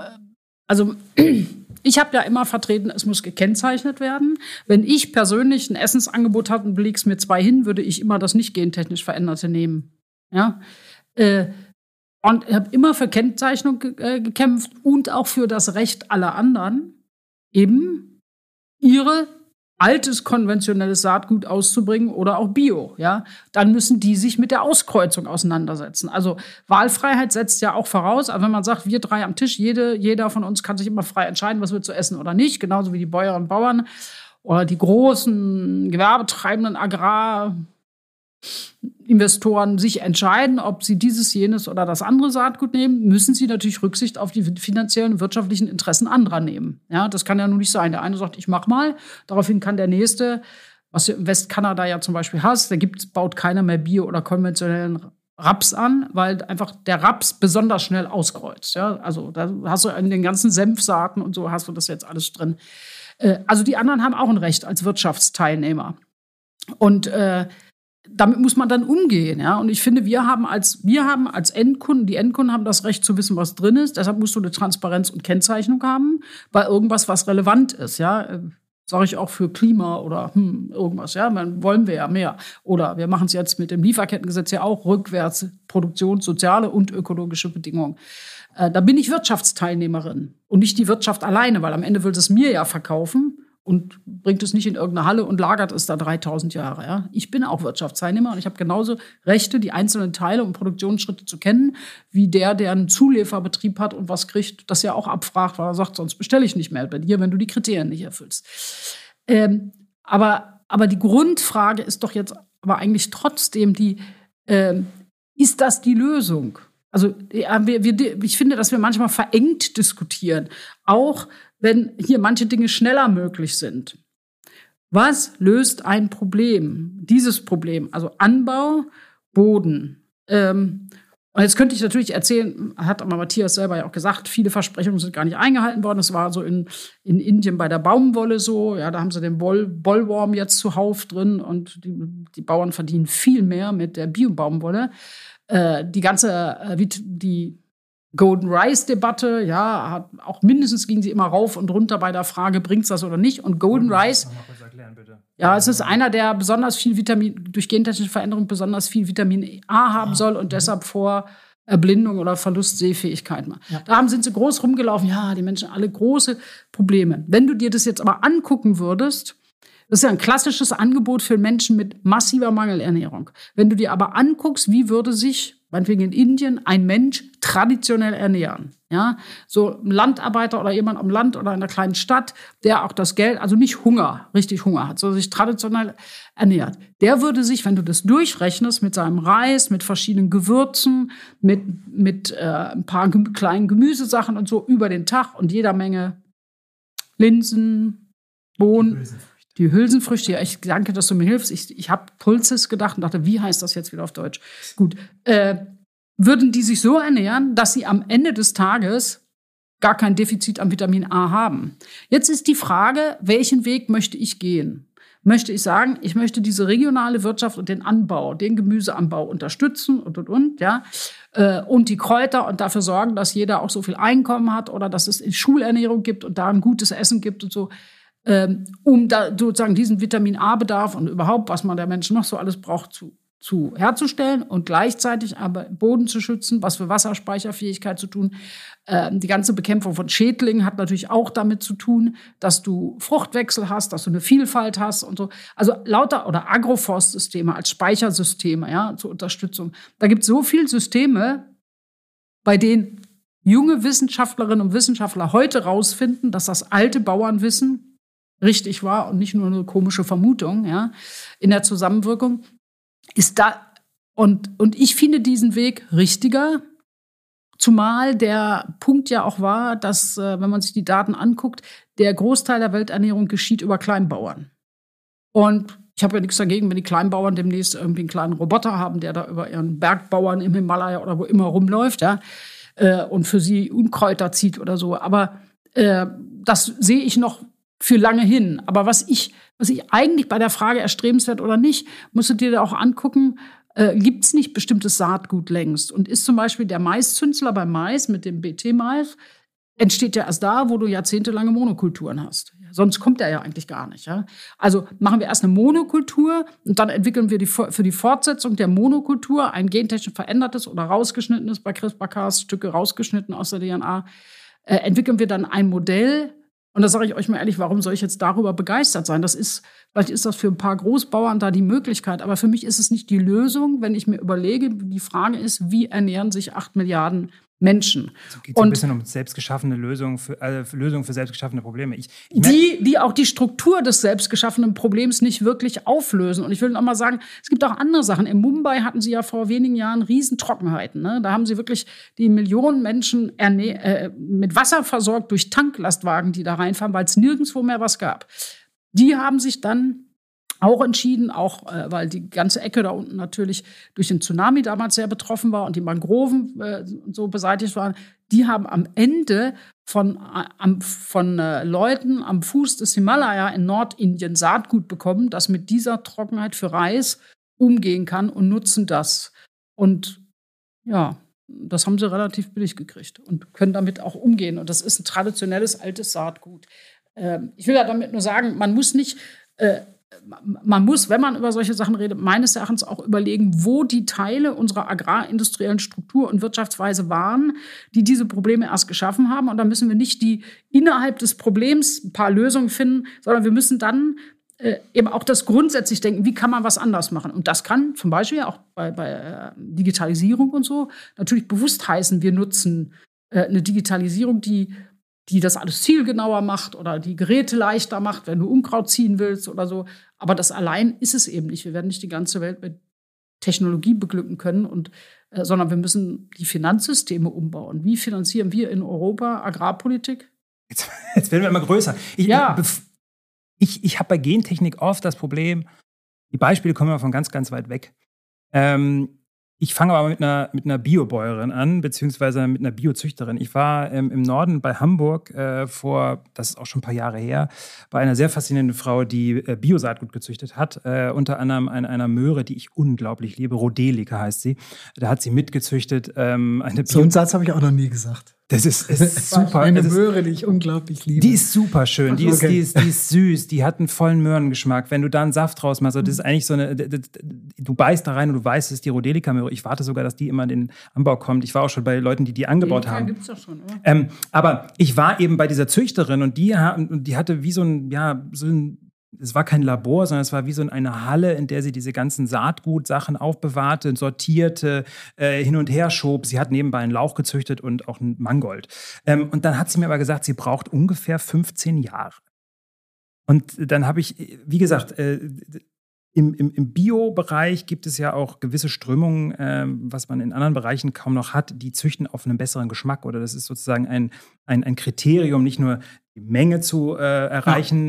S3: ich habe ja immer vertreten, es muss gekennzeichnet werden. Wenn ich persönlich ein Essensangebot habe und beleg's mir 2 hin, würde ich immer das nicht gentechnisch Veränderte nehmen. Ja? Und ich habe immer für Kennzeichnung gekämpft und auch für das Recht aller anderen, eben ihre altes konventionelles Saatgut auszubringen oder auch Bio. Ja? Dann müssen die sich mit der Auskreuzung auseinandersetzen. Also Wahlfreiheit setzt ja auch voraus, also wenn man sagt, wir 3 am Tisch, jeder von uns kann sich immer frei entscheiden, was wir zu essen oder nicht, genauso wie die Bäuerinnen und Bauern oder die großen gewerbetreibenden Agrarinvestoren sich entscheiden, ob sie dieses, jenes oder das andere Saatgut nehmen, müssen sie natürlich Rücksicht auf die finanziellen und wirtschaftlichen Interessen anderer nehmen. Ja, das kann ja nun nicht sein. Der eine sagt, ich mach mal, daraufhin kann der nächste, was du in Westkanada ja zum Beispiel hast, baut keiner mehr Bio- oder konventionellen Raps an, weil einfach der Raps besonders schnell auskreuzt. Ja, also da hast du in den ganzen Senfsaaten und so hast du das jetzt alles drin. Also die anderen haben auch ein Recht als Wirtschaftsteilnehmer. Und damit muss man dann umgehen, ja. Und ich finde, wir haben als Endkunden, die Endkunden haben das Recht zu wissen, was drin ist. Deshalb musst du eine Transparenz und Kennzeichnung haben bei irgendwas, was relevant ist, ja. Sage ich auch für Klima oder irgendwas, ja. Dann wollen wir ja mehr. Oder wir machen es jetzt mit dem Lieferkettengesetz ja auch rückwärts, Produktion, soziale und ökologische Bedingungen. Da bin ich Wirtschaftsteilnehmerin und nicht die Wirtschaft alleine, weil am Ende will es mir ja verkaufen. Und bringt es nicht in irgendeine Halle und lagert es da 3000 Jahre. Ja? Ich bin auch Wirtschaftsteilnehmer und ich habe genauso Rechte, die einzelnen Teile und Produktionsschritte zu kennen, wie der einen Zulieferbetrieb hat und was kriegt, das ja auch abfragt, weil er sagt, sonst bestelle ich nicht mehr bei dir, wenn du die Kriterien nicht erfüllst. Aber die Grundfrage ist doch jetzt aber eigentlich trotzdem ist das die Lösung? Also ich finde, dass wir manchmal verengt diskutieren, auch wenn hier manche Dinge schneller möglich sind. Was löst ein Problem? Dieses Problem, also Anbau, Boden. Und jetzt könnte ich natürlich erzählen, hat aber Matthias selber ja auch gesagt, viele Versprechungen sind gar nicht eingehalten worden. Das war so in Indien bei der Baumwolle so. Ja, da haben sie den Bollworm jetzt zuhauf drin und die Bauern verdienen viel mehr mit der Bio-Baumwolle. Die Golden Rice-Debatte, ja, hat auch mindestens ging sie immer rauf und runter bei der Frage, bringt's das oder nicht? Und Golden Rice,
S1: erklären, bitte.
S3: ja, es ist einer, der besonders viel durch gentechnische Veränderung besonders viel Vitamin A haben soll und deshalb vor Erblindung oder Verlust Sehfähigkeit macht. Ja. Da sind sie groß rumgelaufen, ja, die Menschen alle große Probleme. Wenn du dir das jetzt aber angucken würdest, das ist ja ein klassisches Angebot für Menschen mit massiver Mangelernährung. Wenn du dir aber anguckst, wie würde sich, meinetwegen in Indien, ein Mensch traditionell ernähren? Ja, so ein Landarbeiter oder jemand am Land oder in einer kleinen Stadt, der auch das Geld, also nicht richtig Hunger hat, sondern sich traditionell ernährt. Der würde sich, wenn du das durchrechnest, mit seinem Reis, mit verschiedenen Gewürzen, mit ein paar kleinen Gemüsesachen und so über den Tag und jeder Menge Linsen, Bohnen, die Hülsenfrüchte. Ja, ich danke, dass du mir hilfst. Ich habe Pulses gedacht und dachte, wie heißt das jetzt wieder auf Deutsch? Gut. Würden die sich so ernähren, dass sie am Ende des Tages gar kein Defizit an Vitamin A haben. Jetzt ist die Frage, welchen Weg möchte ich gehen? Möchte ich sagen, ich möchte diese regionale Wirtschaft und den Anbau, den Gemüseanbau unterstützen und, ja, und die Kräuter und dafür sorgen, dass jeder auch so viel Einkommen hat oder dass es Schulernährung gibt und da ein gutes Essen gibt und so, um da sozusagen diesen Vitamin A-Bedarf und überhaupt, was man der Mensch noch so alles braucht, zu herzustellen und gleichzeitig aber Boden zu schützen, was für Wasserspeicherfähigkeit zu tun. Die ganze Bekämpfung von Schädlingen hat natürlich auch damit zu tun, dass du Fruchtwechsel hast, dass du eine Vielfalt hast und so. Also lauter oder Agroforstsysteme als Speichersysteme, ja, zur Unterstützung. Da gibt es so viele Systeme, bei denen junge Wissenschaftlerinnen und Wissenschaftler heute rausfinden, dass das alte Bauernwissen richtig war und nicht nur eine komische Vermutung, ja, in der Zusammenwirkung. Ist da, und ich finde diesen Weg richtiger, zumal der Punkt ja auch war, dass, wenn man sich die Daten anguckt, der Großteil der Welternährung geschieht über Kleinbauern. Und ich habe ja nichts dagegen, wenn die Kleinbauern demnächst irgendwie einen kleinen Roboter haben, der da über ihren Bergbauern im Himalaya oder wo immer rumläuft, ja, und für sie Unkräuter zieht oder so. Aber das sehe ich noch für lange hin. Aber was ich eigentlich bei der Frage erstrebenswert oder nicht, musst du dir da auch angucken, gibt es nicht bestimmtes Saatgut längst? Und ist zum Beispiel der Maiszünsler beim Mais mit dem BT-Mais, entsteht ja erst da, wo du jahrzehntelange Monokulturen hast. Sonst kommt der ja eigentlich gar nicht. Ja? Also machen wir erst eine Monokultur und dann entwickeln wir für die Fortsetzung der Monokultur ein gentechnisch verändertes oder rausgeschnittenes, bei CRISPR-Cas Stücke rausgeschnitten aus der DNA, entwickeln wir dann ein Modell. Und da sage ich euch mal ehrlich, warum soll ich jetzt darüber begeistert sein? Vielleicht ist das für ein paar Großbauern da die Möglichkeit, aber für mich ist es nicht die Lösung, wenn ich mir überlege, die Frage ist, wie ernähren sich 8 Milliarden Menschen?
S1: Es geht so ein bisschen um selbstgeschaffene Lösungen für selbstgeschaffene Probleme.
S3: Die auch die Struktur des selbstgeschaffenen Problems nicht wirklich auflösen. Und ich will noch mal sagen, es gibt auch andere Sachen. In Mumbai hatten sie ja vor wenigen Jahren Riesentrockenheiten. Ne? Da haben sie wirklich die Millionen Menschen mit Wasser versorgt durch Tanklastwagen, die da reinfahren, weil es nirgendwo mehr was gab. Die haben sich dann auch entschieden, weil die ganze Ecke da unten natürlich durch den Tsunami damals sehr betroffen war und die Mangroven so beseitigt waren, die haben am Ende von Leuten am Fuß des Himalaya in Nordindien Saatgut bekommen, das mit dieser Trockenheit für Reis umgehen kann und nutzen das. Und ja, das haben sie relativ billig gekriegt und können damit auch umgehen. Und das ist ein traditionelles, altes Saatgut. Ich will ja damit nur sagen, man muss, wenn man über solche Sachen redet, meines Erachtens auch überlegen, wo die Teile unserer agrarindustriellen Struktur und Wirtschaftsweise waren, die diese Probleme erst geschaffen haben. Und da müssen wir nicht innerhalb des Problems ein paar Lösungen finden, sondern wir müssen dann eben auch das grundsätzlich denken, wie kann man was anders machen. Und das kann zum Beispiel auch bei Digitalisierung und so natürlich bewusst heißen, wir nutzen eine Digitalisierung, die das alles zielgenauer macht oder die Geräte leichter macht, wenn du Unkraut ziehen willst oder so. Aber das allein ist es eben nicht. Wir werden nicht die ganze Welt mit Technologie beglücken können, sondern wir müssen die Finanzsysteme umbauen. Wie finanzieren wir in Europa Agrarpolitik?
S1: Jetzt werden wir immer größer. Ich habe bei Gentechnik oft das Problem, die Beispiele kommen immer von ganz, ganz weit weg. Ich fange aber mit einer Biobäuerin an, beziehungsweise mit einer Biozüchterin. Ich war im Norden bei Hamburg das ist auch schon ein paar Jahre her, bei einer sehr faszinierenden Frau, die Biosaatgut gezüchtet hat. Unter anderem einer Möhre, die ich unglaublich liebe. Rodelika heißt sie. Da hat sie mitgezüchtet.
S2: So einen Satz habe ich auch noch nie gesagt.
S1: Das ist super.
S2: Eine Möhre, die ich unglaublich liebe.
S1: Die ist super schön. Die ist süß. Die hat einen vollen Möhrengeschmack. Wenn du da einen Saft draus machst, das ist eigentlich so du beißt da rein und du weißt, es ist die Rodelika-Möhre. Ich warte sogar, dass die immer in den Anbau kommt. Ich war auch schon bei Leuten, die angebaut haben.
S3: Gibt's doch schon, oder?
S1: Aber ich war eben bei dieser Züchterin und die hatte wie es war kein Labor, sondern es war wie so eine Halle, in der sie diese ganzen Saatgutsachen aufbewahrte, sortierte, hin und her schob. Sie hat nebenbei einen Lauch gezüchtet und auch einen Mangold. Und dann hat sie mir aber gesagt, sie braucht ungefähr 15 Jahre. Und dann habe ich, wie gesagt, im Bio-Bereich gibt es ja auch gewisse Strömungen, was man in anderen Bereichen kaum noch hat, die züchten auf einen besseren Geschmack. Oder das ist sozusagen ein Kriterium, nicht nur die Menge zu erreichen,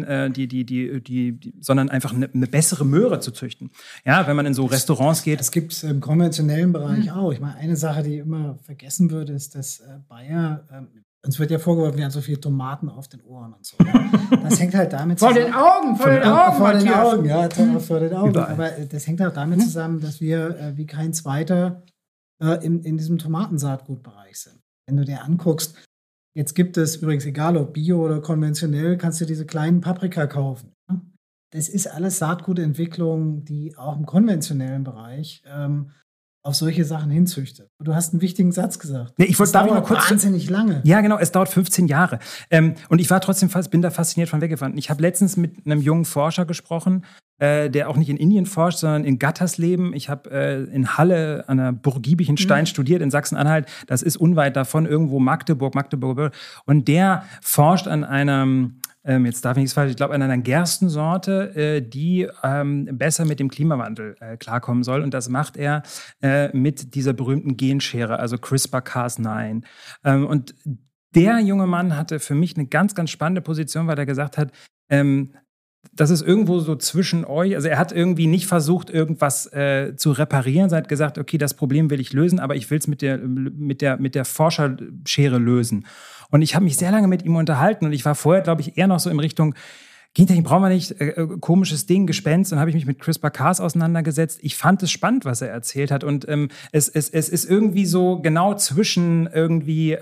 S1: sondern einfach eine bessere Möhre zu züchten. Ja, wenn man in so Restaurants geht.
S2: Das gibt es im konventionellen Bereich auch. Ich meine, eine Sache, die immer vergessen wird, ist, dass Bayer, uns wird ja vorgeworfen, wir haben so viele Tomaten auf den Ohren und so. Das hängt halt damit
S3: zusammen. Vor den Augen,
S2: vor den Augen. Überall. Aber das hängt halt damit zusammen, dass wir wie kein zweiter in diesem Tomatensaatgutbereich sind. Wenn du dir anguckst, jetzt gibt es übrigens, egal ob bio oder konventionell, kannst du diese kleinen Paprika kaufen. Das ist alles Saatgutentwicklung, die auch im konventionellen Bereich auf solche Sachen hinzüchtet. Du hast einen wichtigen Satz gesagt.
S1: Nee, das dauert
S2: wahnsinnig lange.
S1: Ja, genau, es dauert 15 Jahre. Und ich war trotzdem bin da fasziniert von weggefahren. Ich habe letztens mit einem jungen Forscher gesprochen, der auch nicht in Indien forscht, sondern in Gattersleben. Ich habe in Halle an der Burg Giebichenstein studiert, in Sachsen-Anhalt. Das ist unweit davon, irgendwo Magdeburg. Und der forscht an einem jetzt darf ich nichts falsch, ich glaube an einer Gerstensorte, die besser mit dem Klimawandel klarkommen soll. Und das macht er mit dieser berühmten Genschere, also CRISPR-Cas9. Und der junge Mann hatte für mich eine ganz, ganz spannende Position, weil er gesagt hat, das ist irgendwo so zwischen euch. Also er hat irgendwie nicht versucht, irgendwas zu reparieren. Er hat gesagt, okay, das Problem will ich lösen, aber ich will es mit der Forscherschere lösen. Und ich habe mich sehr lange mit ihm unterhalten und ich war vorher, glaube ich, eher noch so in Richtung Gentechnik brauchen wir nicht, komisches Ding, Gespenst. Dann habe ich mich mit CRISPR-Cas auseinandergesetzt. Ich fand es spannend, was er erzählt hat. Und es ist irgendwie so genau zwischen irgendwie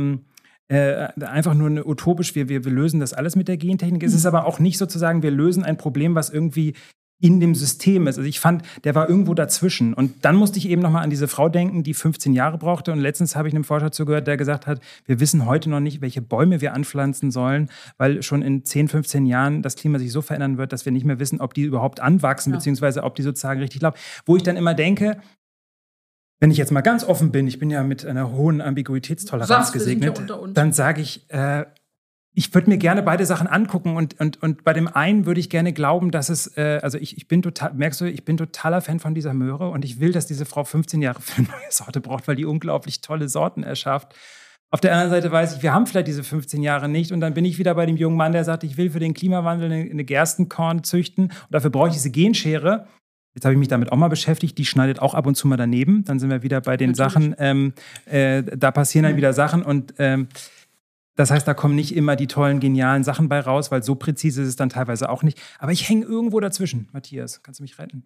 S1: einfach nur eine utopisch, wir lösen das alles mit der Gentechnik. Es ist aber auch nicht sozusagen, wir lösen ein Problem, was irgendwie in dem System ist. Also ich fand, der war irgendwo dazwischen. Und dann musste ich eben nochmal an diese Frau denken, die 15 Jahre brauchte. Und letztens habe ich einem Forscher zugehört, der gesagt hat, wir wissen heute noch nicht, welche Bäume wir anpflanzen sollen, weil schon in 10, 15 Jahren das Klima sich so verändern wird, dass wir nicht mehr wissen, ob die überhaupt anwachsen, beziehungsweise ob die sozusagen richtig laufen. Wo ich dann immer denke, wenn ich jetzt mal ganz offen bin, ich bin ja mit einer hohen Ambiguitätstoleranz gesegnet, dann sage ich, ich würde mir gerne beide Sachen angucken und bei dem einen würde ich gerne glauben, dass es, also ich bin totaler Fan von dieser Möhre und ich will, dass diese Frau 15 Jahre für eine neue Sorte braucht, weil die unglaublich tolle Sorten erschafft. Auf der anderen Seite weiß ich, wir haben vielleicht diese 15 Jahre nicht und dann bin ich wieder bei dem jungen Mann, der sagt, ich will für den Klimawandel eine Gerstenkorn züchten und dafür brauche ich diese Genschere. Jetzt habe ich mich damit auch mal beschäftigt, die schneidet auch ab und zu mal daneben. Dann sind wir wieder bei den Sachen, da passieren dann wieder Sachen und das heißt, da kommen nicht immer die tollen, genialen Sachen bei raus, weil so präzise ist es dann teilweise auch nicht. Aber ich hänge irgendwo dazwischen. Matthias, kannst du mich retten?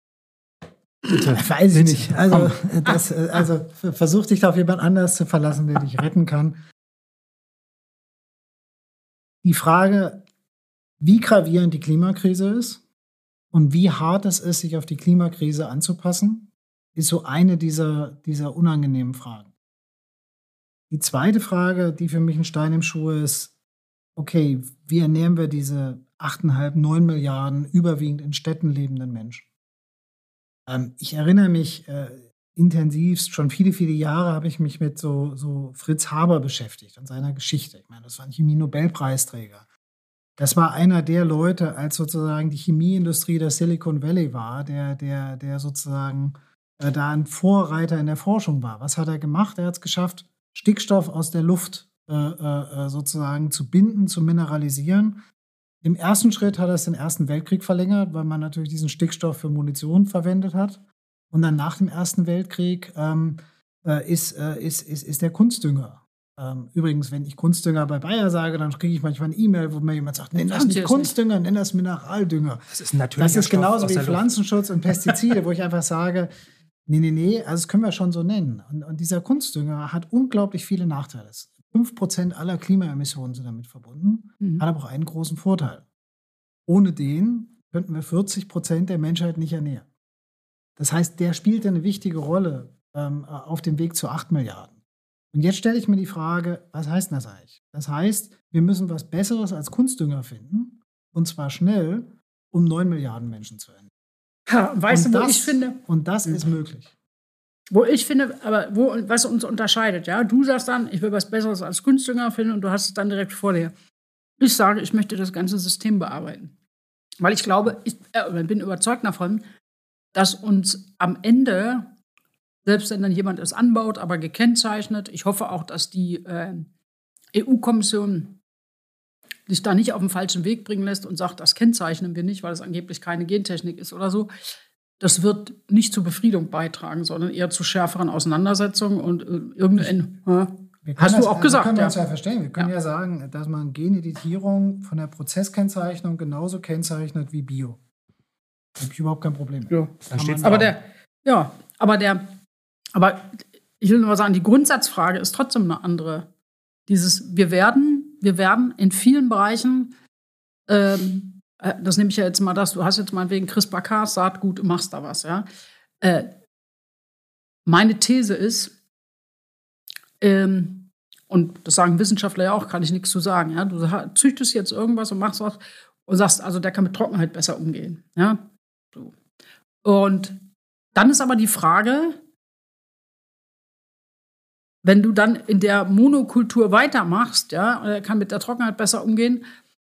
S2: Bitte. Weiß ich nicht. Also versuch dich auf jemand anders zu verlassen, der dich retten kann. Die Frage, wie gravierend die Klimakrise ist und wie hart es ist, sich auf die Klimakrise anzupassen, ist so eine dieser unangenehmen Fragen. Die zweite Frage, die für mich ein Stein im Schuh ist, okay, wie ernähren wir diese 8,5, 9 Milliarden überwiegend in Städten lebenden Menschen? Ich erinnere mich intensivst, schon viele, viele Jahre habe ich mich mit so Fritz Haber beschäftigt und seiner Geschichte. Ich meine, das war ein Chemie-Nobelpreisträger. Das war einer der Leute, als sozusagen die Chemieindustrie der Silicon Valley war, der sozusagen da ein Vorreiter in der Forschung war. Was hat er gemacht? Er hat es geschafft, Stickstoff aus der Luft sozusagen zu binden, zu mineralisieren, Im ersten Schritt hat es den Ersten Weltkrieg verlängert, weil man natürlich diesen Stickstoff für Munition verwendet hat. Und dann nach dem Ersten Weltkrieg ist der Kunstdünger. Übrigens, wenn ich Kunstdünger bei Bayer sage, dann kriege ich manchmal eine E-Mail, wo mir jemand sagt, nenn das nicht Kunstdünger, nenn das Mineraldünger.
S1: Das ist natürlich.
S2: Das ist genauso wie Pflanzenschutz und Pestizide, wo ich einfach sage, nee, also das können wir schon so nennen. Und dieser Kunstdünger hat unglaublich viele Nachteile. 5% aller Klimaemissionen sind damit verbunden, hat aber auch einen großen Vorteil. Ohne den könnten wir 40% der Menschheit nicht ernähren. Das heißt, der spielt eine wichtige Rolle auf dem Weg zu 8 Milliarden. Und jetzt stelle ich mir die Frage, was heißt das eigentlich? Das heißt, wir müssen was Besseres als Kunstdünger finden, und zwar schnell, um 9 Milliarden Menschen zu ernähren.
S3: Ja, weißt du, wo ich finde?
S2: Und das ist möglich.
S3: Wo ich finde, aber was uns unterscheidet, ja, du sagst dann, ich will was Besseres als Kunstdünger finden und du hast es dann direkt vor dir. Ich sage, ich möchte das ganze System bearbeiten. Weil ich glaube, ich bin überzeugt davon, dass uns am Ende, selbst wenn dann jemand es anbaut, aber gekennzeichnet, ich hoffe auch, dass die EU-Kommission sich da nicht auf den falschen Weg bringen lässt und sagt, das kennzeichnen wir nicht, weil es angeblich keine Gentechnik ist oder so. Das wird nicht zur Befriedung beitragen, sondern eher zu schärferen Auseinandersetzungen und irgendeine. Hast du auch gesagt.
S2: Wir können uns ja verstehen. Wir können ja sagen, dass man Geneditierung von der Prozesskennzeichnung genauso kennzeichnet wie Bio. Da habe ich überhaupt kein Problem mit.
S3: Ja. Aber ich will nur sagen, die Grundsatzfrage ist trotzdem eine andere. Wir werden in vielen Bereichen, das nehme ich ja jetzt mal du hast jetzt mal wegen CRISPR-Cas, Saatgut, du machst da was, ja. Meine These ist, und das sagen Wissenschaftler ja auch, kann ich nichts zu sagen, ja. Du züchtest jetzt irgendwas und machst was und sagst, also der kann mit Trockenheit besser umgehen, ja. So. Und dann ist aber die Frage, wenn du dann in der Monokultur weitermachst, ja, er kann mit der Trockenheit besser umgehen,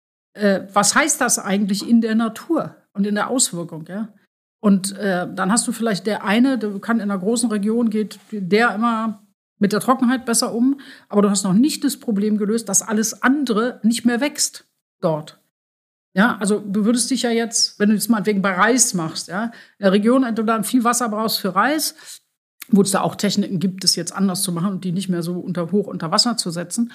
S3: was heißt das eigentlich in der Natur und in der Auswirkung, ja? Und dann hast du vielleicht der kann in einer großen Region geht der immer mit der Trockenheit besser um, aber du hast noch nicht das Problem gelöst, dass alles andere nicht mehr wächst dort. Ja, also du würdest dich ja jetzt, wenn du jetzt mal wegen bei Reis machst, ja, in der Region, wenn du dann viel Wasser brauchst für Reis, wo es da auch Techniken gibt, das jetzt anders zu machen und die nicht mehr so hoch unter Wasser zu setzen,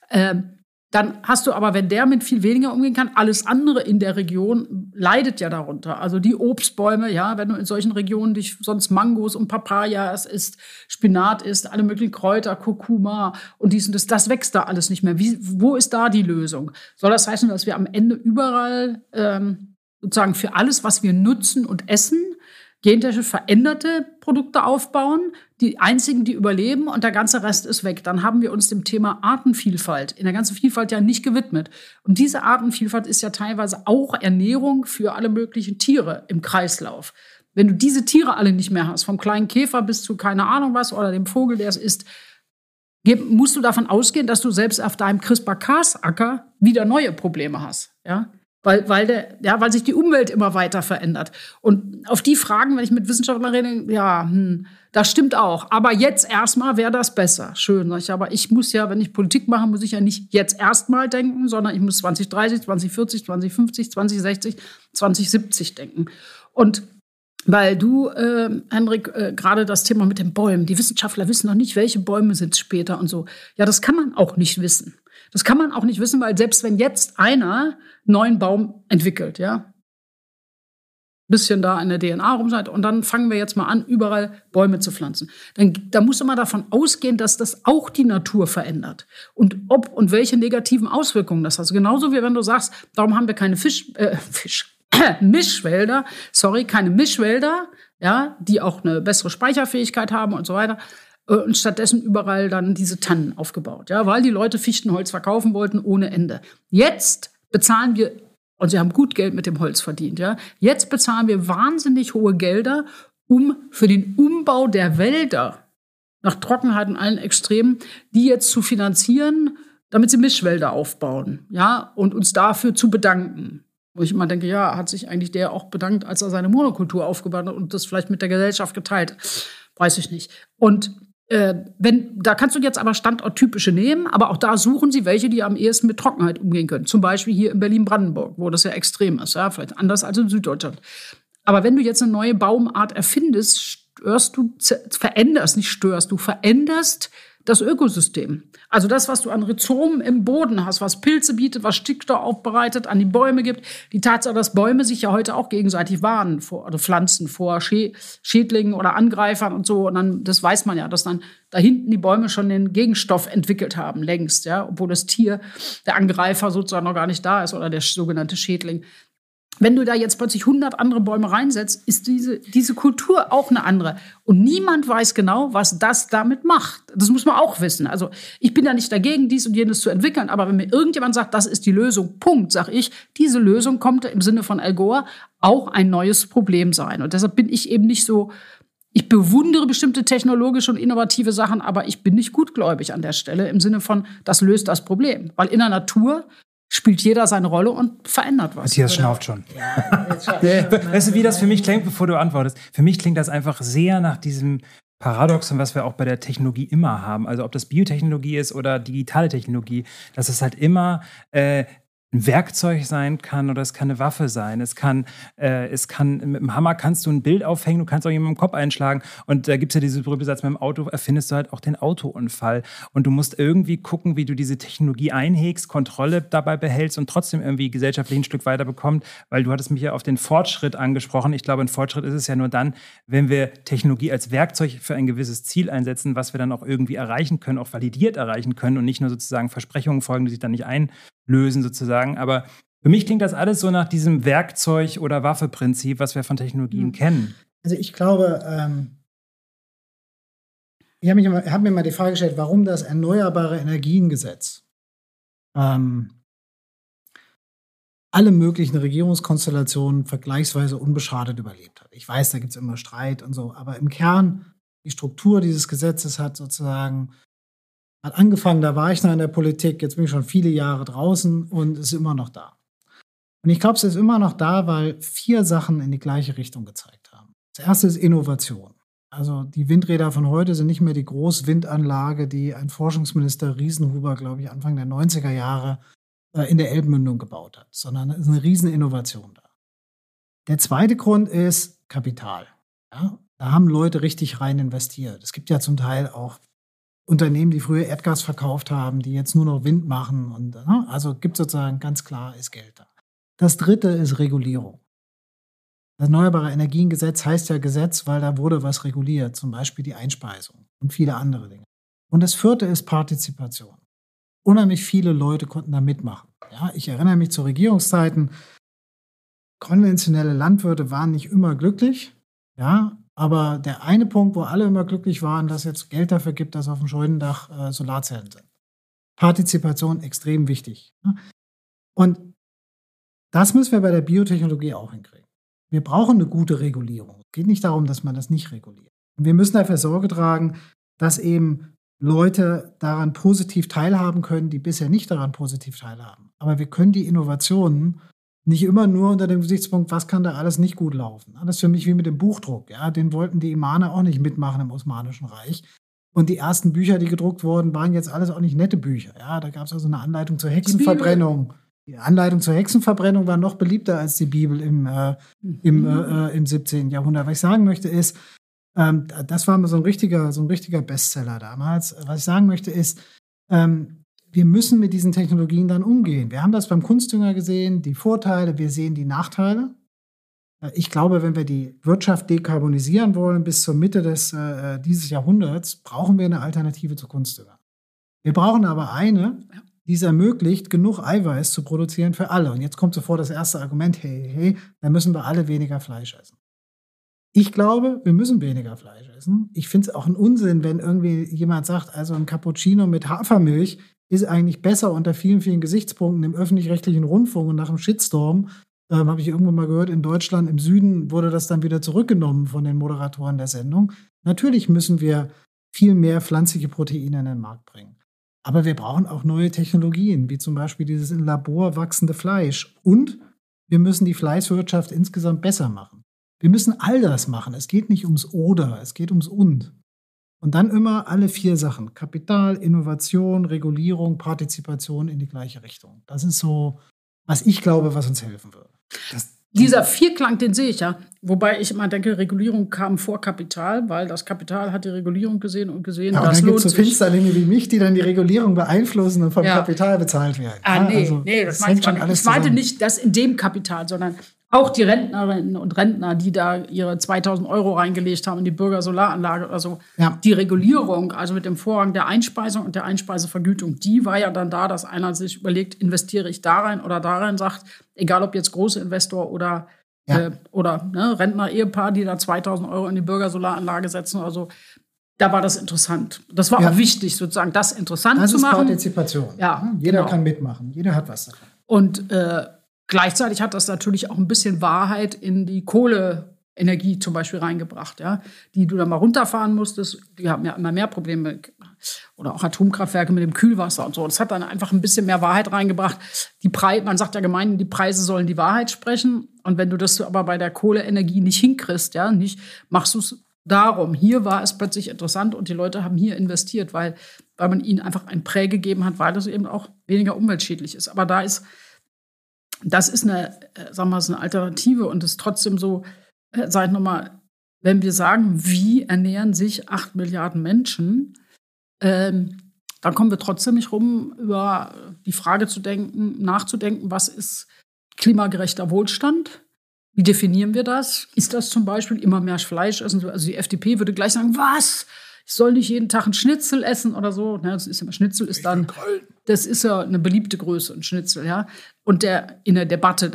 S3: dann hast du aber, wenn der mit viel weniger umgehen kann, alles andere in der Region leidet ja darunter. Also die Obstbäume, ja, wenn du in solchen Regionen dich sonst Mangos und Papayas isst, Spinat isst, alle möglichen Kräuter, Kurkuma und dies und das wächst da alles nicht mehr. Wo ist da die Lösung? Soll das heißen, dass wir am Ende überall sozusagen für alles, was wir nutzen und essen, gentechnisch veränderte Produkte aufbauen, die einzigen, die überleben und der ganze Rest ist weg. Dann haben wir uns dem Thema Artenvielfalt in der ganzen Vielfalt ja nicht gewidmet. Und diese Artenvielfalt ist ja teilweise auch Ernährung für alle möglichen Tiere im Kreislauf. Wenn du diese Tiere alle nicht mehr hast, vom kleinen Käfer bis zu keine Ahnung was oder dem Vogel, der es isst, musst du davon ausgehen, dass du selbst auf deinem CRISPR-Cas-Acker wieder neue Probleme hast, ja? Weil sich die Umwelt immer weiter verändert. Und auf die Fragen, wenn ich mit Wissenschaftlern rede, das stimmt auch. Aber jetzt erstmal wäre das besser. Schön, sag ich. Aber ich muss ja, wenn ich Politik mache, muss ich ja nicht jetzt erstmal denken, sondern ich muss 2030, 2040, 2050, 2060, 2070 denken. Und weil du, Hendrik, gerade das Thema mit den Bäumen, die Wissenschaftler wissen noch nicht, welche Bäume sind es später und so. Ja, das kann man auch nicht wissen. Das kann man auch nicht wissen, weil selbst wenn jetzt einer einen neuen Baum entwickelt, ja, bisschen da in der DNA rumseid und dann fangen wir jetzt mal an, überall Bäume zu pflanzen. Da muss man davon ausgehen, dass das auch die Natur verändert. Und ob und welche negativen Auswirkungen das hat. Also genauso wie wenn du sagst, darum haben wir keine Mischwälder, keine Mischwälder, ja, die auch eine bessere Speicherfähigkeit haben und so weiter. Und stattdessen überall dann diese Tannen aufgebaut, ja, weil die Leute Fichtenholz verkaufen wollten ohne Ende. Jetzt bezahlen wir, und sie haben gut Geld mit dem Holz verdient, ja, jetzt bezahlen wir wahnsinnig hohe Gelder, für den Umbau der Wälder nach Trockenheit und allen Extremen, die jetzt zu finanzieren, damit sie Mischwälder aufbauen, ja, und uns dafür zu bedanken. Wo ich immer denke, ja, hat sich eigentlich der auch bedankt, als er seine Monokultur aufgebaut hat und das vielleicht mit der Gesellschaft geteilt hat. Weiß ich nicht. Und Da kannst du jetzt aber standorttypische nehmen, aber auch da suchen sie welche, die am ehesten mit Trockenheit umgehen können. Zum Beispiel hier in Berlin-Brandenburg, wo das ja extrem ist, ja, vielleicht anders als in Süddeutschland. Aber wenn du jetzt eine neue Baumart erfindest, du veränderst das Ökosystem. Also das, was du an Rhizomen im Boden hast, was Pilze bietet, was Stickstoff aufbereitet, an die Bäume gibt. Die Tatsache, dass Bäume sich ja heute auch gegenseitig warnen, oder Pflanzen vor Schädlingen oder Angreifern und so. Und dann, das weiß man ja, dass dann da hinten die Bäume schon den Gegenstoff entwickelt haben, längst, ja, obwohl das Tier, der Angreifer sozusagen noch gar nicht da ist oder der sogenannte Schädling. Wenn du da jetzt plötzlich 100 andere Bäume reinsetzt, ist diese Kultur auch eine andere. Und niemand weiß genau, was das damit macht. Das muss man auch wissen. Also ich bin ja nicht dagegen, dies und jenes zu entwickeln. Aber wenn mir irgendjemand sagt, das ist die Lösung, Punkt, sage ich, diese Lösung kommt im Sinne von Al Gore auch ein neues Problem sein. Und deshalb bin ich eben nicht so, ich bewundere bestimmte technologische und innovative Sachen, aber ich bin nicht gutgläubig an der Stelle im Sinne von, das löst das Problem. Weil in der Natur spielt jeder seine Rolle und verändert was.
S1: Matthias schnauft schon. Weißt du, wie das für mich klingt, bevor du antwortest? Für mich klingt das einfach sehr nach diesem Paradoxon, was wir auch bei der Technologie immer haben. Also ob das Biotechnologie ist oder digitale Technologie, dass es halt immer ein Werkzeug sein kann oder es kann eine Waffe sein. Es kann mit dem Hammer kannst du ein Bild aufhängen, du kannst auch jemandem im Kopf einschlagen. Und da gibt es ja diesen berühmten Satz, mit dem Auto erfindest du halt auch den Autounfall. Und du musst irgendwie gucken, wie du diese Technologie einhegst, Kontrolle dabei behältst und trotzdem irgendwie gesellschaftlich ein Stück weiter bekommst. Weil du hattest mich ja auf den Fortschritt angesprochen. Ich glaube, ein Fortschritt ist es ja nur dann, wenn wir Technologie als Werkzeug für ein gewisses Ziel einsetzen, was wir dann auch irgendwie erreichen können, auch validiert erreichen können und nicht nur sozusagen Versprechungen folgen, die sich dann nicht einlösen sozusagen. Aber für mich klingt das alles so nach diesem Werkzeug- oder Waffe-Prinzip, was wir von Technologien kennen.
S2: Also ich glaube, ich habe mir mal die Frage gestellt, warum das Erneuerbare Energiengesetz alle möglichen Regierungskonstellationen vergleichsweise unbeschadet überlebt hat. Ich weiß, da gibt es immer Streit und so, aber im Kern, die Struktur dieses Gesetzes hat angefangen, da war ich noch in der Politik, jetzt bin ich schon viele Jahre draußen und ist immer noch da. Und ich glaube, es ist immer noch da, weil 4 Sachen in die gleiche Richtung gezeigt haben. Das erste ist Innovation. Also die Windräder von heute sind nicht mehr die Großwindanlage, die ein Forschungsminister Riesenhuber, glaube ich, Anfang der 90er Jahre in der Elbmündung gebaut hat, sondern es ist eine Rieseninnovation da. Der zweite Grund ist Kapital. Ja? Da haben Leute richtig rein investiert. Es gibt ja zum Teil auch Unternehmen, die früher Erdgas verkauft haben, die jetzt nur noch Wind machen. Und, also gibt sozusagen ganz klar, ist Geld da. Das dritte ist Regulierung. Das Erneuerbare Energiengesetz heißt ja Gesetz, weil da wurde was reguliert, zum Beispiel die Einspeisung und viele andere Dinge. Und das vierte ist Partizipation. Unheimlich viele Leute konnten da mitmachen. Ja, ich erinnere mich zu Regierungszeiten, konventionelle Landwirte waren nicht immer glücklich, ja, aber der eine Punkt, wo alle immer glücklich waren, dass jetzt Geld dafür gibt, dass auf dem Scheunendach Solarzellen sind. Partizipation extrem wichtig. Und das müssen wir bei der Biotechnologie auch hinkriegen. Wir brauchen eine gute Regulierung. Es geht nicht darum, dass man das nicht reguliert. Und wir müssen dafür Sorge tragen, dass eben Leute daran positiv teilhaben können, die bisher nicht daran positiv teilhaben. Aber wir können die Innovationen nicht immer nur unter dem Gesichtspunkt, was kann da alles nicht gut laufen. Das ist für mich wie mit dem Buchdruck. Ja? Den wollten die Imaner auch nicht mitmachen im Osmanischen Reich. Und die ersten Bücher, die gedruckt wurden, waren jetzt alles auch nicht nette Bücher. Ja? Da gab es also eine Anleitung zur Hexenverbrennung. Die Anleitung zur Hexenverbrennung war noch beliebter als die Bibel im 17. Jahrhundert. Was ich sagen möchte ist, das war so ein richtiger Bestseller damals. Was ich sagen möchte ist, wir müssen mit diesen Technologien dann umgehen. Wir haben das beim Kunstdünger gesehen, die Vorteile, wir sehen die Nachteile. Ich glaube, wenn wir die Wirtschaft dekarbonisieren wollen bis zur Mitte dieses Jahrhunderts, brauchen wir eine Alternative zu Kunstdünger. Wir brauchen aber eine, die es ermöglicht, genug Eiweiß zu produzieren für alle. Und jetzt kommt sofort das erste Argument, hey, dann müssen wir alle weniger Fleisch essen. Ich glaube, wir müssen weniger Fleisch essen. Ich finde es auch ein Unsinn, wenn irgendwie jemand sagt, also ein Cappuccino mit Hafermilch ist eigentlich besser unter vielen, vielen Gesichtspunkten im öffentlich-rechtlichen Rundfunk. Und nach dem Shitstorm, habe ich irgendwann mal gehört, in Deutschland, im Süden wurde das dann wieder zurückgenommen von den Moderatoren der Sendung. Natürlich müssen wir viel mehr pflanzliche Proteine in den Markt bringen. Aber wir brauchen auch neue Technologien, wie zum Beispiel dieses im Labor wachsende Fleisch. Und wir müssen die Fleischwirtschaft insgesamt besser machen. Wir müssen all das machen. Es geht nicht ums Oder, es geht ums Und. Und dann immer alle 4 Sachen. Kapital, Innovation, Regulierung, Partizipation in die gleiche Richtung. Das ist so, was ich glaube, was uns helfen würde.
S3: Dieser Vierklang, den sehe ich ja. Wobei ich immer denke, Regulierung kam vor Kapital, weil das Kapital hat die Regulierung gesehen und gesehen,
S2: ja, und
S3: das
S2: dann
S3: lohnt
S2: gibt es so
S3: sich.
S2: Finsterlinge wie mich, die dann die Regulierung beeinflussen und vom Kapital bezahlt werden.
S3: Nee, das meinte ich nicht. Ich meinte nicht das in dem Kapital, sondern auch die Rentnerinnen und Rentner, die da ihre 2.000 € reingelegt haben in die Bürgersolaranlage oder so. Ja. Die Regulierung, also mit dem Vorrang der Einspeisung und der Einspeisevergütung, die war ja dann da, dass einer sich überlegt, investiere ich da rein oder da rein, sagt, egal ob jetzt große Investor oder Rentner-Ehepaar, die da 2.000 € in die Bürgersolaranlage setzen oder so. Da war das interessant. Das war auch wichtig, sozusagen, das interessant zu machen.
S2: Das ist Partizipation.
S3: Ja,
S2: jeder kann mitmachen. Jeder hat was davon.
S3: Und gleichzeitig hat das natürlich auch ein bisschen Wahrheit in die Kohleenergie zum Beispiel reingebracht, ja, die du dann mal runterfahren musstest. Die haben ja immer mehr Probleme. Oder auch Atomkraftwerke mit dem Kühlwasser und so. Das hat dann einfach ein bisschen mehr Wahrheit reingebracht. Man sagt ja gemeinhin, die Preise sollen die Wahrheit sprechen. Und wenn du das aber bei der Kohleenergie nicht hinkriegst, ja, machst du es darum. Hier war es plötzlich interessant und die Leute haben hier investiert, weil man ihnen einfach ein Prä gegeben hat, weil das eben auch weniger umweltschädlich ist. Aber das ist eine Alternative und ist trotzdem so, sag ich nochmal, wenn wir sagen, wie ernähren sich 8 Milliarden Menschen, dann kommen wir trotzdem nicht rum, über die Frage nachzudenken, was ist klimagerechter Wohlstand? Wie definieren wir das? Ist das zum Beispiel immer mehr Fleisch essen? Also die FDP würde gleich sagen, was? Ich soll nicht jeden Tag ein Schnitzel essen oder so. Schnitzel ist dann, das ist ja eine beliebte Größe, ein Schnitzel, ja. Und in der Debatte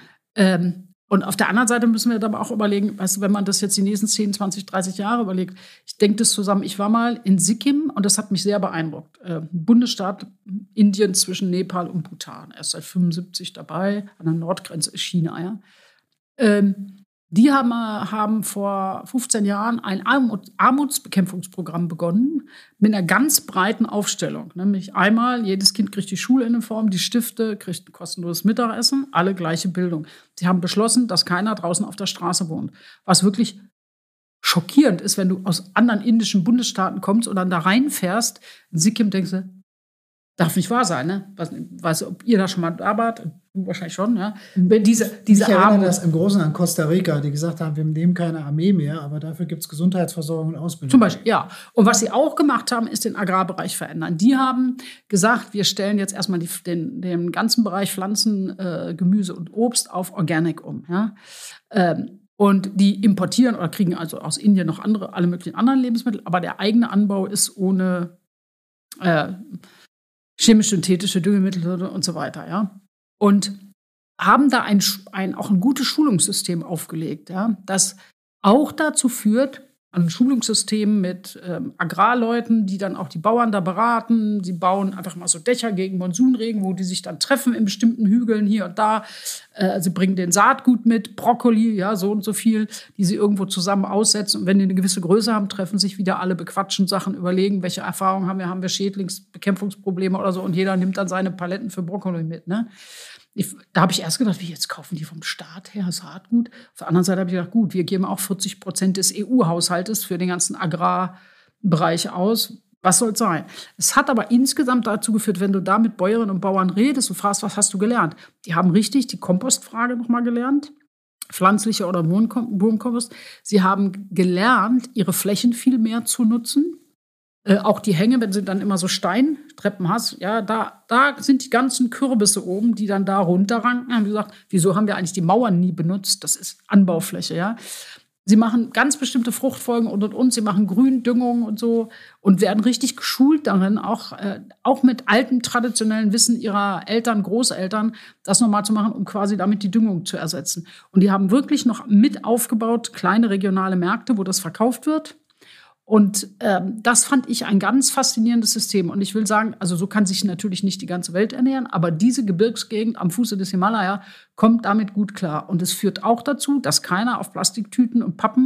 S3: und auf der anderen Seite müssen wir aber auch überlegen, wenn man das jetzt die nächsten 10, 20, 30 Jahre überlegt, ich denke das zusammen, ich war mal in Sikkim und das hat mich sehr beeindruckt. Bundesstaat Indien zwischen Nepal und Bhutan. Er ist seit 1975 dabei, an der Nordgrenze ist China, ja. Die haben vor 15 Jahren ein Armutsbekämpfungsprogramm begonnen mit einer ganz breiten Aufstellung. Nämlich einmal, jedes Kind kriegt die Schuluniform, die Stifte, kriegt ein kostenloses Mittagessen, alle gleiche Bildung. Sie haben beschlossen, dass keiner draußen auf der Straße wohnt. Was wirklich schockierend ist, wenn du aus anderen indischen Bundesstaaten kommst und dann da reinfährst, in Sikkim denkst du, darf nicht wahr sein, ne? Weiß, ob ihr da schon mal da wart? Du wahrscheinlich schon, ja. Diese
S2: ich erinnere das im Großen an Costa Rica, die gesagt haben, wir nehmen keine Armee mehr, aber dafür gibt es Gesundheitsversorgung und Ausbildung.
S3: Zum Beispiel, ja. Und was sie auch gemacht haben, ist den Agrarbereich verändern. Die haben gesagt, wir stellen jetzt erstmal den ganzen Bereich Pflanzen, Gemüse und Obst auf Organic um, ja. Und die importieren oder kriegen also aus Indien noch alle möglichen anderen Lebensmittel, aber der eigene Anbau ist ohne chemisch-synthetische Düngemittel und so weiter, ja. Und haben da auch ein gutes Schulungssystem aufgelegt, ja, das auch dazu führt, ein Schulungssystem mit Agrarleuten, die dann auch die Bauern da beraten. Sie bauen einfach mal so Dächer gegen Monsunregen, wo die sich dann treffen in bestimmten Hügeln hier und da. Sie bringen den Saatgut mit, Brokkoli, ja, so und so viel, die sie irgendwo zusammen aussetzen. Und wenn die eine gewisse Größe haben, treffen sich wieder alle, bequatschen Sachen, überlegen, welche Erfahrungen haben wir Schädlingsbekämpfungsprobleme oder so. Und jeder nimmt dann seine Paletten für Brokkoli mit, ne? Da habe ich erst gedacht, wie jetzt kaufen die vom Staat her Saatgut? Auf der anderen Seite habe ich gedacht, gut, wir geben auch 40% des EU-Haushaltes für den ganzen Agrarbereich aus. Was soll es sein? Es hat aber insgesamt dazu geführt, wenn du da mit Bäuerinnen und Bauern redest und fragst, was hast du gelernt? Die haben richtig die Kompostfrage nochmal gelernt, pflanzlicher oder Wurmkompost. Sie haben gelernt, ihre Flächen viel mehr zu nutzen. Auch die Hänge, wenn sie dann immer so Steintreppen hast, ja, da sind die ganzen Kürbisse oben, die dann da runterranken. Haben gesagt, wieso haben wir eigentlich die Mauern nie benutzt? Das ist Anbaufläche, ja. Sie machen ganz bestimmte Fruchtfolgen und. Sie machen Gründüngung und so und werden richtig geschult darin, auch mit altem traditionellen Wissen ihrer Eltern, Großeltern, das nochmal zu machen, um quasi damit die Düngung zu ersetzen. Und die haben wirklich noch mit aufgebaut, kleine regionale Märkte, wo das verkauft wird. Und das fand ich ein ganz faszinierendes System. Und ich will sagen, also so kann sich natürlich nicht die ganze Welt ernähren, aber diese Gebirgsgegend am Fuße des Himalaya kommt damit gut klar. Und es führt auch dazu, dass keiner auf Plastiktüten und Pappen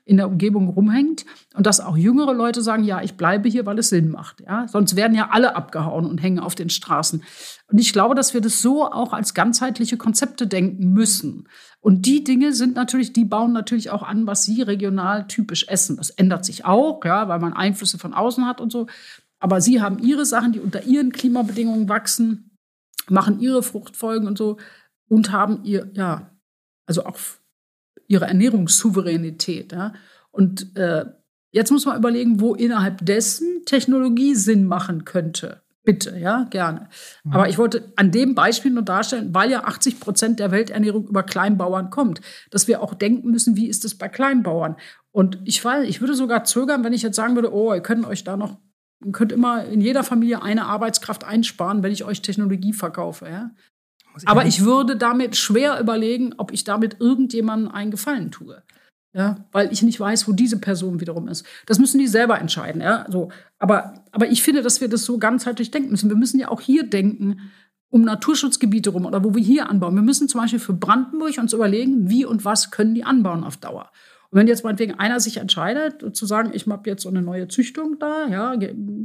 S3: in der Umgebung rumhängt und dass auch jüngere Leute sagen, ja, ich bleibe hier, weil es Sinn macht. Ja? Sonst werden ja alle abgehauen und hängen auf den Straßen. Und ich glaube, dass wir das so auch als ganzheitliche Konzepte denken müssen. Und die Dinge sind natürlich, die bauen natürlich auch an, was sie regional typisch essen. Das ändert sich auch, ja, weil man Einflüsse von außen hat und so. Aber sie haben ihre Sachen, die unter ihren Klimabedingungen wachsen, machen ihre Fruchtfolgen und so und haben also auch ihre Ernährungssouveränität. Ja? Und jetzt muss man überlegen, wo innerhalb dessen Technologie Sinn machen könnte. Bitte, ja, gerne. Aber ich wollte an dem Beispiel nur darstellen, weil ja 80% der Welternährung über Kleinbauern kommt, dass wir auch denken müssen, wie ist es bei Kleinbauern? Und ich würde sogar zögern, wenn ich jetzt sagen würde, ihr könnt immer in jeder Familie eine Arbeitskraft einsparen, wenn ich euch Technologie verkaufe. Ja? Aber ich würde damit schwer überlegen, ob ich damit irgendjemandem einen Gefallen tue. Ja? Weil ich nicht weiß, wo diese Person wiederum ist. Das müssen die selber entscheiden. Ja? So. Aber ich finde, dass wir das so ganzheitlich denken müssen. Wir müssen ja auch hier denken, um Naturschutzgebiete rum oder wo wir hier anbauen. Wir müssen zum Beispiel für Brandenburg uns überlegen, wie und was können die anbauen auf Dauer. Und wenn jetzt meinetwegen einer sich entscheidet, zu sagen, ich habe jetzt so eine neue Züchtung da, ja,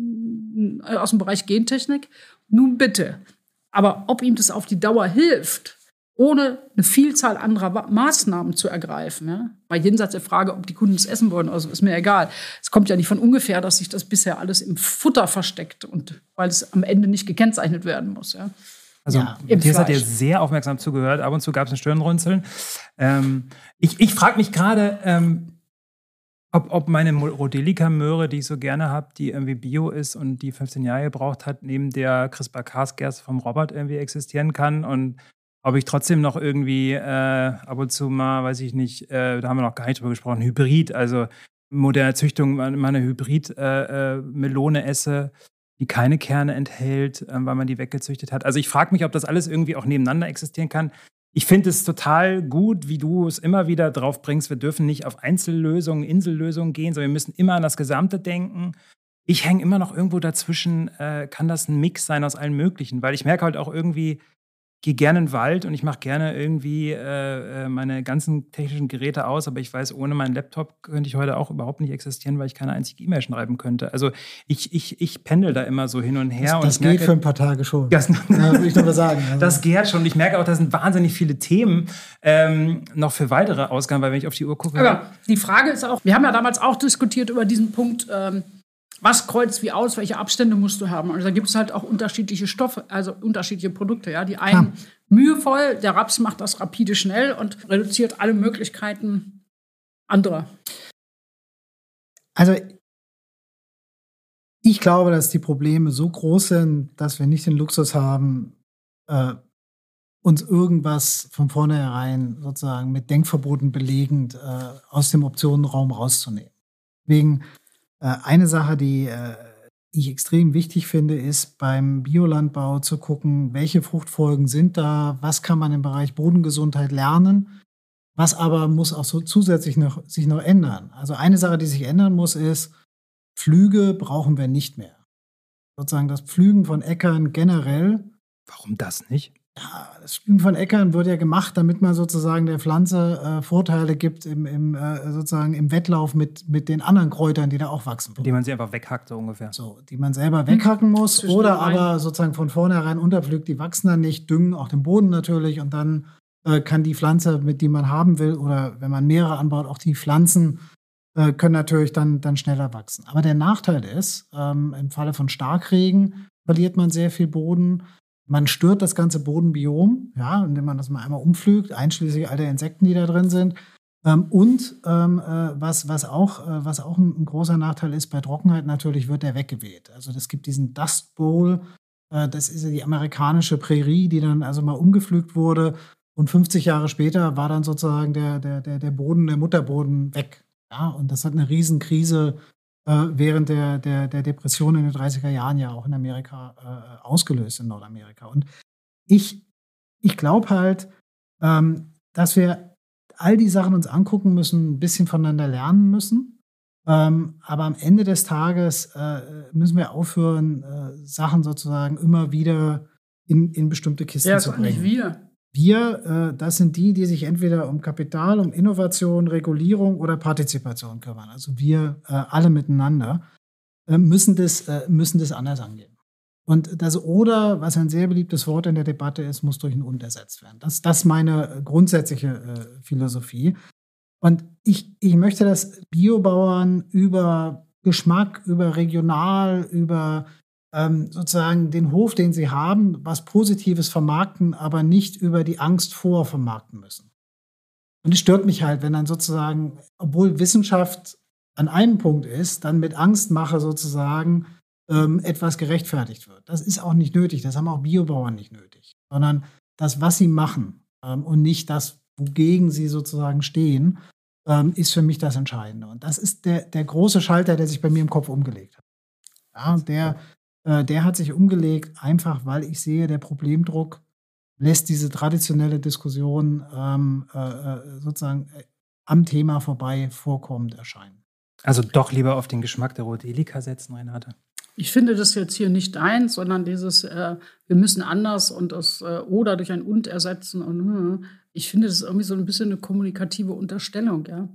S3: aus dem Bereich Gentechnik, nun bitte. Aber ob ihm das auf die Dauer hilft, ohne eine Vielzahl anderer Maßnahmen zu ergreifen, ja, weil jenseits der Frage, ob die Kunden es essen wollen, also ist mir egal. Es kommt ja nicht von ungefähr, dass sich das bisher alles im Futter versteckt und weil es am Ende nicht gekennzeichnet werden muss, ja.
S1: Also, Matthias hat dir sehr aufmerksam zugehört. Ab und zu gab es ein Stirnrunzeln. Ich frage mich gerade, ob meine Rodelika-Möhre, die ich so gerne habe, die irgendwie Bio ist und die 15 Jahre gebraucht hat, neben der CRISPR-Cas-Gerste vom Robert irgendwie existieren kann. Und ob ich trotzdem noch irgendwie ab und zu mal, weiß ich nicht, da haben wir noch gar nicht drüber gesprochen, Hybrid, also moderne Züchtung, meine Hybrid-Melone esse, die keine Kerne enthält, weil man die weggezüchtet hat. Also ich frage mich, ob das alles irgendwie auch nebeneinander existieren kann. Ich finde es total gut, wie du es immer wieder drauf bringst. Wir dürfen nicht auf Einzellösungen, Insellösungen gehen, sondern wir müssen immer an das Gesamte denken. Ich hänge immer noch irgendwo dazwischen, kann das ein Mix sein aus allen Möglichen, weil ich merke halt auch irgendwie, ich gehe gerne in den Wald und ich mache gerne irgendwie meine ganzen technischen Geräte aus, aber ich weiß, ohne meinen Laptop könnte ich heute auch überhaupt nicht existieren, weil ich keine einzige E-Mail schreiben könnte. Also ich pendel da immer so hin und her.
S2: Das geht für ein paar Tage schon.
S1: Das,
S2: würde ich nur mal sagen. Also.
S1: Das geht schon. Und ich merke auch, da sind wahnsinnig viele Themen noch für weitere Ausgaben, weil wenn ich auf die Uhr gucke.
S3: Aber die Frage ist auch, wir haben ja damals auch diskutiert über diesen Punkt, was kreuzt wie aus, welche Abstände musst du haben? Also da gibt es halt auch unterschiedliche Stoffe, also unterschiedliche Produkte. Ja? Die einen mühevoll, der Raps macht das rapide schnell und reduziert alle Möglichkeiten anderer.
S2: Also ich glaube, dass die Probleme so groß sind, dass wir nicht den Luxus haben, uns irgendwas von vornherein sozusagen mit Denkverboten belegend aus dem Optionenraum rauszunehmen. Deswegen eine Sache, die ich extrem wichtig finde, ist beim Biolandbau zu gucken, welche Fruchtfolgen sind da, was kann man im Bereich Bodengesundheit lernen, was aber muss auch so zusätzlich sich noch ändern. Also eine Sache, die sich ändern muss, ist, Pflüge brauchen wir nicht mehr. Sozusagen das Pflügen von Äckern generell.
S1: Warum das nicht?
S2: Ja, das Pflügen von Äckern wird ja gemacht, damit man sozusagen der Pflanze Vorteile gibt sozusagen im Wettlauf mit den anderen Kräutern, die da auch wachsen.
S1: Die man sie einfach weghackt, so ungefähr.
S2: So, die man selber weghacken muss oder aber sozusagen von vornherein unterpflügt, die wachsen dann nicht, düngen auch den Boden natürlich und dann kann die Pflanze, mit die man haben will, oder wenn man mehrere anbaut, auch die Pflanzen können natürlich dann schneller wachsen. Aber der Nachteil ist, im Falle von Starkregen verliert man sehr viel Boden. Man stört das ganze Bodenbiom, ja, indem man das mal einmal umpflügt, einschließlich all der Insekten, die da drin sind. Was auch ein großer Nachteil ist bei Trockenheit natürlich, wird der weggeweht. Also es gibt diesen Dust Bowl, das ist ja die amerikanische Prärie, die dann also mal umgepflügt wurde. Und 50 Jahre später war dann sozusagen der Boden, der Mutterboden weg. Ja, und das hat eine Riesenkrise während der Depression in den 30er Jahren ja auch in Amerika ausgelöst, in Nordamerika. Und ich glaube halt, dass wir all die Sachen uns angucken müssen, ein bisschen voneinander lernen müssen. Aber am Ende des Tages müssen wir aufhören, Sachen sozusagen immer wieder in bestimmte Kisten zu bringen.
S3: Ja, nicht wir.
S2: Wir, das sind die sich entweder um Kapital, um Innovation, Regulierung oder Partizipation kümmern. Also wir alle miteinander müssen das anders angehen. Und das Oder, was ein sehr beliebtes Wort in der Debatte ist, muss durch ein Und ersetzt werden. Das ist meine grundsätzliche Philosophie. Und ich möchte, dass Biobauern über Geschmack, über regional, über sozusagen den Hof, den sie haben, was Positives vermarkten, aber nicht über die Angst vor vermarkten müssen. Und es stört mich halt, wenn dann sozusagen, obwohl Wissenschaft an einem Punkt ist, dann mit Angstmache sozusagen etwas gerechtfertigt wird. Das ist auch nicht nötig, das haben auch Biobauern nicht nötig, sondern das, was sie machen und nicht das, wogegen sie sozusagen stehen, ist für mich das Entscheidende. Und das ist der große Schalter, der sich bei mir im Kopf umgelegt hat. Ja, der hat sich umgelegt, einfach weil ich sehe, der Problemdruck lässt diese traditionelle Diskussion sozusagen am Thema vorbei vorkommend erscheinen.
S1: Also doch lieber auf den Geschmack der Rodelika setzen, Renate.
S3: Ich finde das jetzt hier nicht eins, sondern dieses, wir müssen anders und das oder durch ein Und ersetzen. Und ich finde, das ist irgendwie so ein bisschen eine kommunikative Unterstellung. Ja?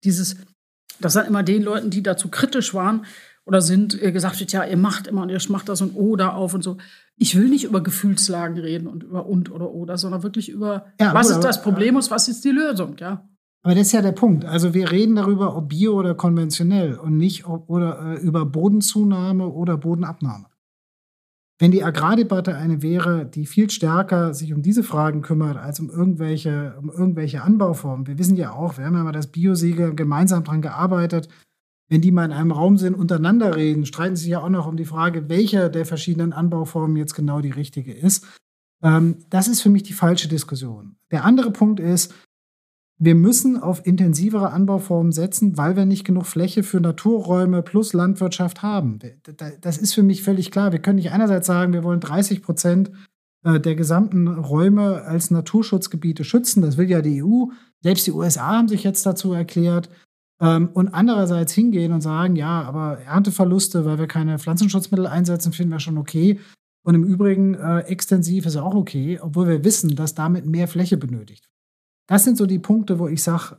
S3: Das dann immer den Leuten, die dazu kritisch waren oder sind, gesagt wird, ja, ihr macht immer und ihr macht da so ein Oder auf und so. Ich will nicht über Gefühlslagen reden und über Und oder, sondern wirklich über, was ist das Problem und was ist die Lösung, ja.
S2: Aber das ist ja der Punkt. Also wir reden darüber, ob bio oder konventionell und nicht über Bodenzunahme oder Bodenabnahme. Wenn die Agrardebatte eine wäre, die viel stärker sich um diese Fragen kümmert, als um irgendwelche Anbauformen. Wir wissen ja auch, wir haben ja mal das Biosiegel gemeinsam dran gearbeitet. Wenn die mal in einem Raum sind, untereinander reden, streiten sie sich ja auch noch um die Frage, welche der verschiedenen Anbauformen jetzt genau die richtige ist. Das ist für mich die falsche Diskussion. Der andere Punkt ist, wir müssen auf intensivere Anbauformen setzen, weil wir nicht genug Fläche für Naturräume plus Landwirtschaft haben. Das ist für mich völlig klar. Wir können nicht einerseits sagen, wir wollen 30% der gesamten Räume als Naturschutzgebiete schützen. Das will ja die EU. Selbst die USA haben sich jetzt dazu erklärt. Und andererseits hingehen und sagen, ja, aber Ernteverluste, weil wir keine Pflanzenschutzmittel einsetzen, finden wir schon okay. Und im Übrigen extensiv ist auch okay, obwohl wir wissen, dass damit mehr Fläche benötigt wird. Das sind so die Punkte, wo ich sage,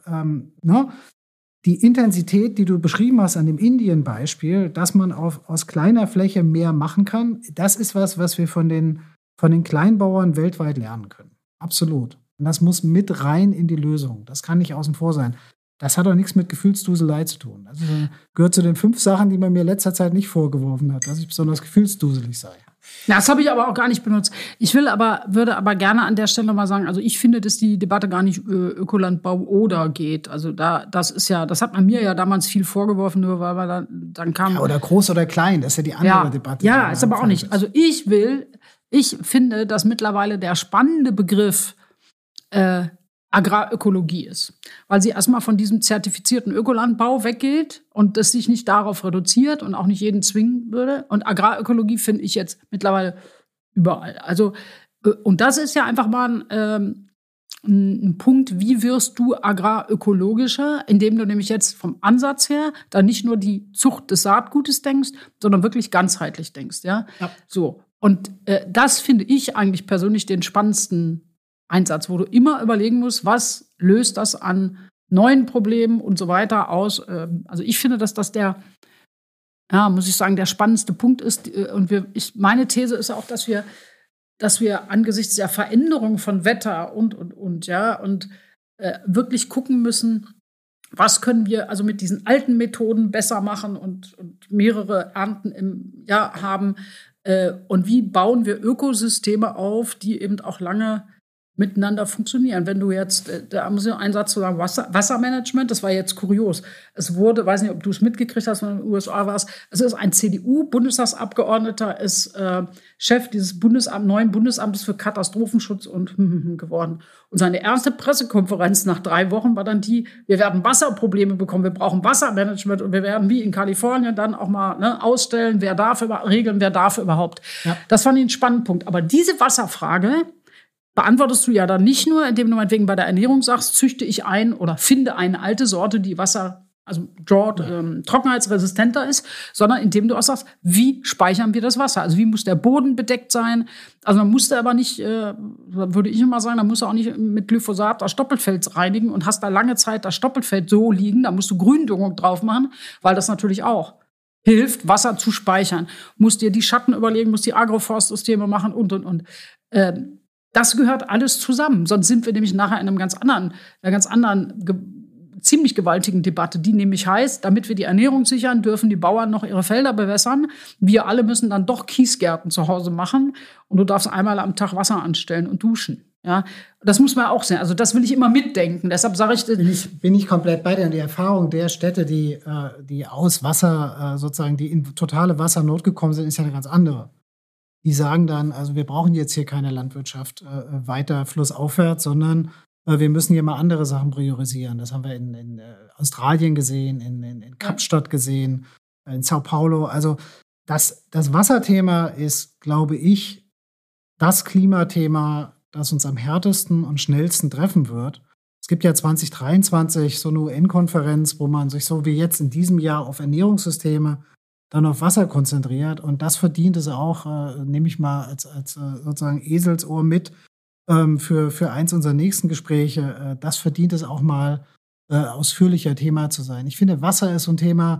S2: die Intensität, die du beschrieben hast an dem Indien-Beispiel, dass man aus kleiner Fläche mehr machen kann, das ist was wir von den Kleinbauern weltweit lernen können. Absolut. Und das muss mit rein in die Lösung. Das kann nicht außen vor sein. Das hat auch nichts mit Gefühlsduselei zu tun. Also gehört zu den 5 Sachen, die man mir in letzter Zeit nicht vorgeworfen hat, dass ich besonders gefühlsduselig sei.
S3: Das habe ich aber auch gar nicht benutzt. Würde aber gerne an der Stelle noch mal sagen, also ich finde, dass die Debatte gar nicht Ökolandbau oder geht. Also das hat man mir ja damals viel vorgeworfen, nur weil man dann kam.
S2: Ja, oder groß oder klein, das ist ja die andere Debatte.
S3: Ja, ist aber auch nicht. Also ich finde, dass mittlerweile der spannende Begriff Agrarökologie ist, weil sie erstmal von diesem zertifizierten Ökolandbau weggeht und das sich nicht darauf reduziert und auch nicht jeden zwingen würde. Und Agrarökologie finde ich jetzt mittlerweile überall. Also, und das ist ja einfach mal ein Punkt, wie wirst du agrarökologischer, indem du nämlich jetzt vom Ansatz her dann nicht nur die Zucht des Saatgutes denkst, sondern wirklich ganzheitlich denkst. Ja? So. Und das finde ich eigentlich persönlich den spannendsten Einsatz, wo du immer überlegen musst, was löst das an neuen Problemen und so weiter aus. Also ich finde, dass das der spannendste Punkt ist. Und meine These ist auch, dass wir angesichts der Veränderung von Wetter und wirklich gucken müssen, was können wir also mit diesen alten Methoden besser machen und mehrere Ernten im Jahr haben. Und wie bauen wir Ökosysteme auf, die eben auch lange miteinander funktionieren. Wenn du jetzt, da muss ich einen Satz zu sagen, Wassermanagement, das war jetzt kurios. Es wurde, weiß nicht, ob du es mitgekriegt hast, wenn du in den USA warst, es ist ein CDU-Bundestagsabgeordneter, ist Chef dieses neuen Bundesamtes für Katastrophenschutz und geworden. Und seine erste Pressekonferenz nach 3 Wochen war dann wir werden Wasserprobleme bekommen, wir brauchen Wassermanagement und wir werden wie in Kalifornien dann auch mal ausstellen, wer darf überhaupt. Ja. Das fand ich ein spannender Punkt. Aber diese Wasserfrage beantwortest du ja dann nicht nur, indem du meinetwegen bei der Ernährung sagst, züchte ich ein oder finde eine alte Sorte, die Wasser also Drought, trockenheitsresistenter ist, sondern indem du auch sagst, wie speichern wir das Wasser? Also wie muss der Boden bedeckt sein? Also man musste aber nicht, würde ich immer sagen, da musst du auch nicht mit Glyphosat das Stoppelfeld reinigen und hast da lange Zeit das Stoppelfeld so liegen, da musst du Gründüngung drauf machen, weil das natürlich auch hilft, Wasser zu speichern. Musst dir die Schatten überlegen, musst die Agroforstsysteme machen und. Das gehört alles zusammen. Sonst sind wir nämlich nachher in einer ganz anderen ziemlich gewaltigen Debatte, die nämlich heißt, damit wir die Ernährung sichern, dürfen die Bauern noch ihre Felder bewässern. Wir alle müssen dann doch Kiesgärten zu Hause machen und du darfst einmal am Tag Wasser anstellen und duschen. Ja, das muss man auch sehen. Also das will ich immer mitdenken. Deshalb sage ich,
S2: bin ich komplett bei dir. Und die Erfahrung der Städte, die aus Wasser sozusagen, die in totale Wassernot gekommen sind, ist ja eine ganz andere. Die sagen dann, also wir brauchen jetzt hier keine Landwirtschaft weiter flussaufwärts, sondern wir müssen hier mal andere Sachen priorisieren. Das haben wir in Australien gesehen, in Kapstadt gesehen, in Sao Paulo. Also das Wasserthema ist, glaube ich, das Klimathema, das uns am härtesten und schnellsten treffen wird. Es gibt ja 2023 so eine UN-Konferenz, wo man sich so wie jetzt in diesem Jahr auf Ernährungssysteme dann auf Wasser konzentriert. Und das verdient es auch, nehme ich mal als sozusagen Eselsohr mit, für eins unserer nächsten Gespräche, das verdient es auch mal ausführlicher Thema zu sein. Ich finde, Wasser ist so ein Thema,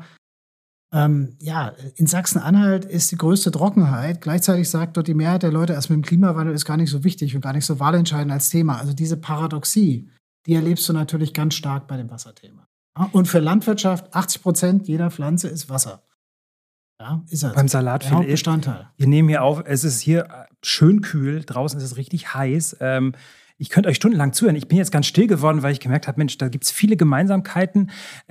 S2: in Sachsen-Anhalt ist die größte Trockenheit. Gleichzeitig sagt dort die Mehrheit der Leute, erst mit dem Klimawandel ist gar nicht so wichtig und gar nicht so wahlentscheidend als Thema. Also diese Paradoxie, die erlebst du natürlich ganz stark bei dem Wasserthema. Ja? Und für Landwirtschaft, 80% jeder Pflanze ist Wasser. Ja, ist
S1: beim Salat viel
S2: Bestandteil.
S1: Wir nehmen hier auf, es ist hier schön kühl, draußen ist es richtig heiß. Ich könnte euch stundenlang zuhören. Ich bin jetzt ganz still geworden, weil ich gemerkt habe, Mensch, da gibt es viele Gemeinsamkeiten.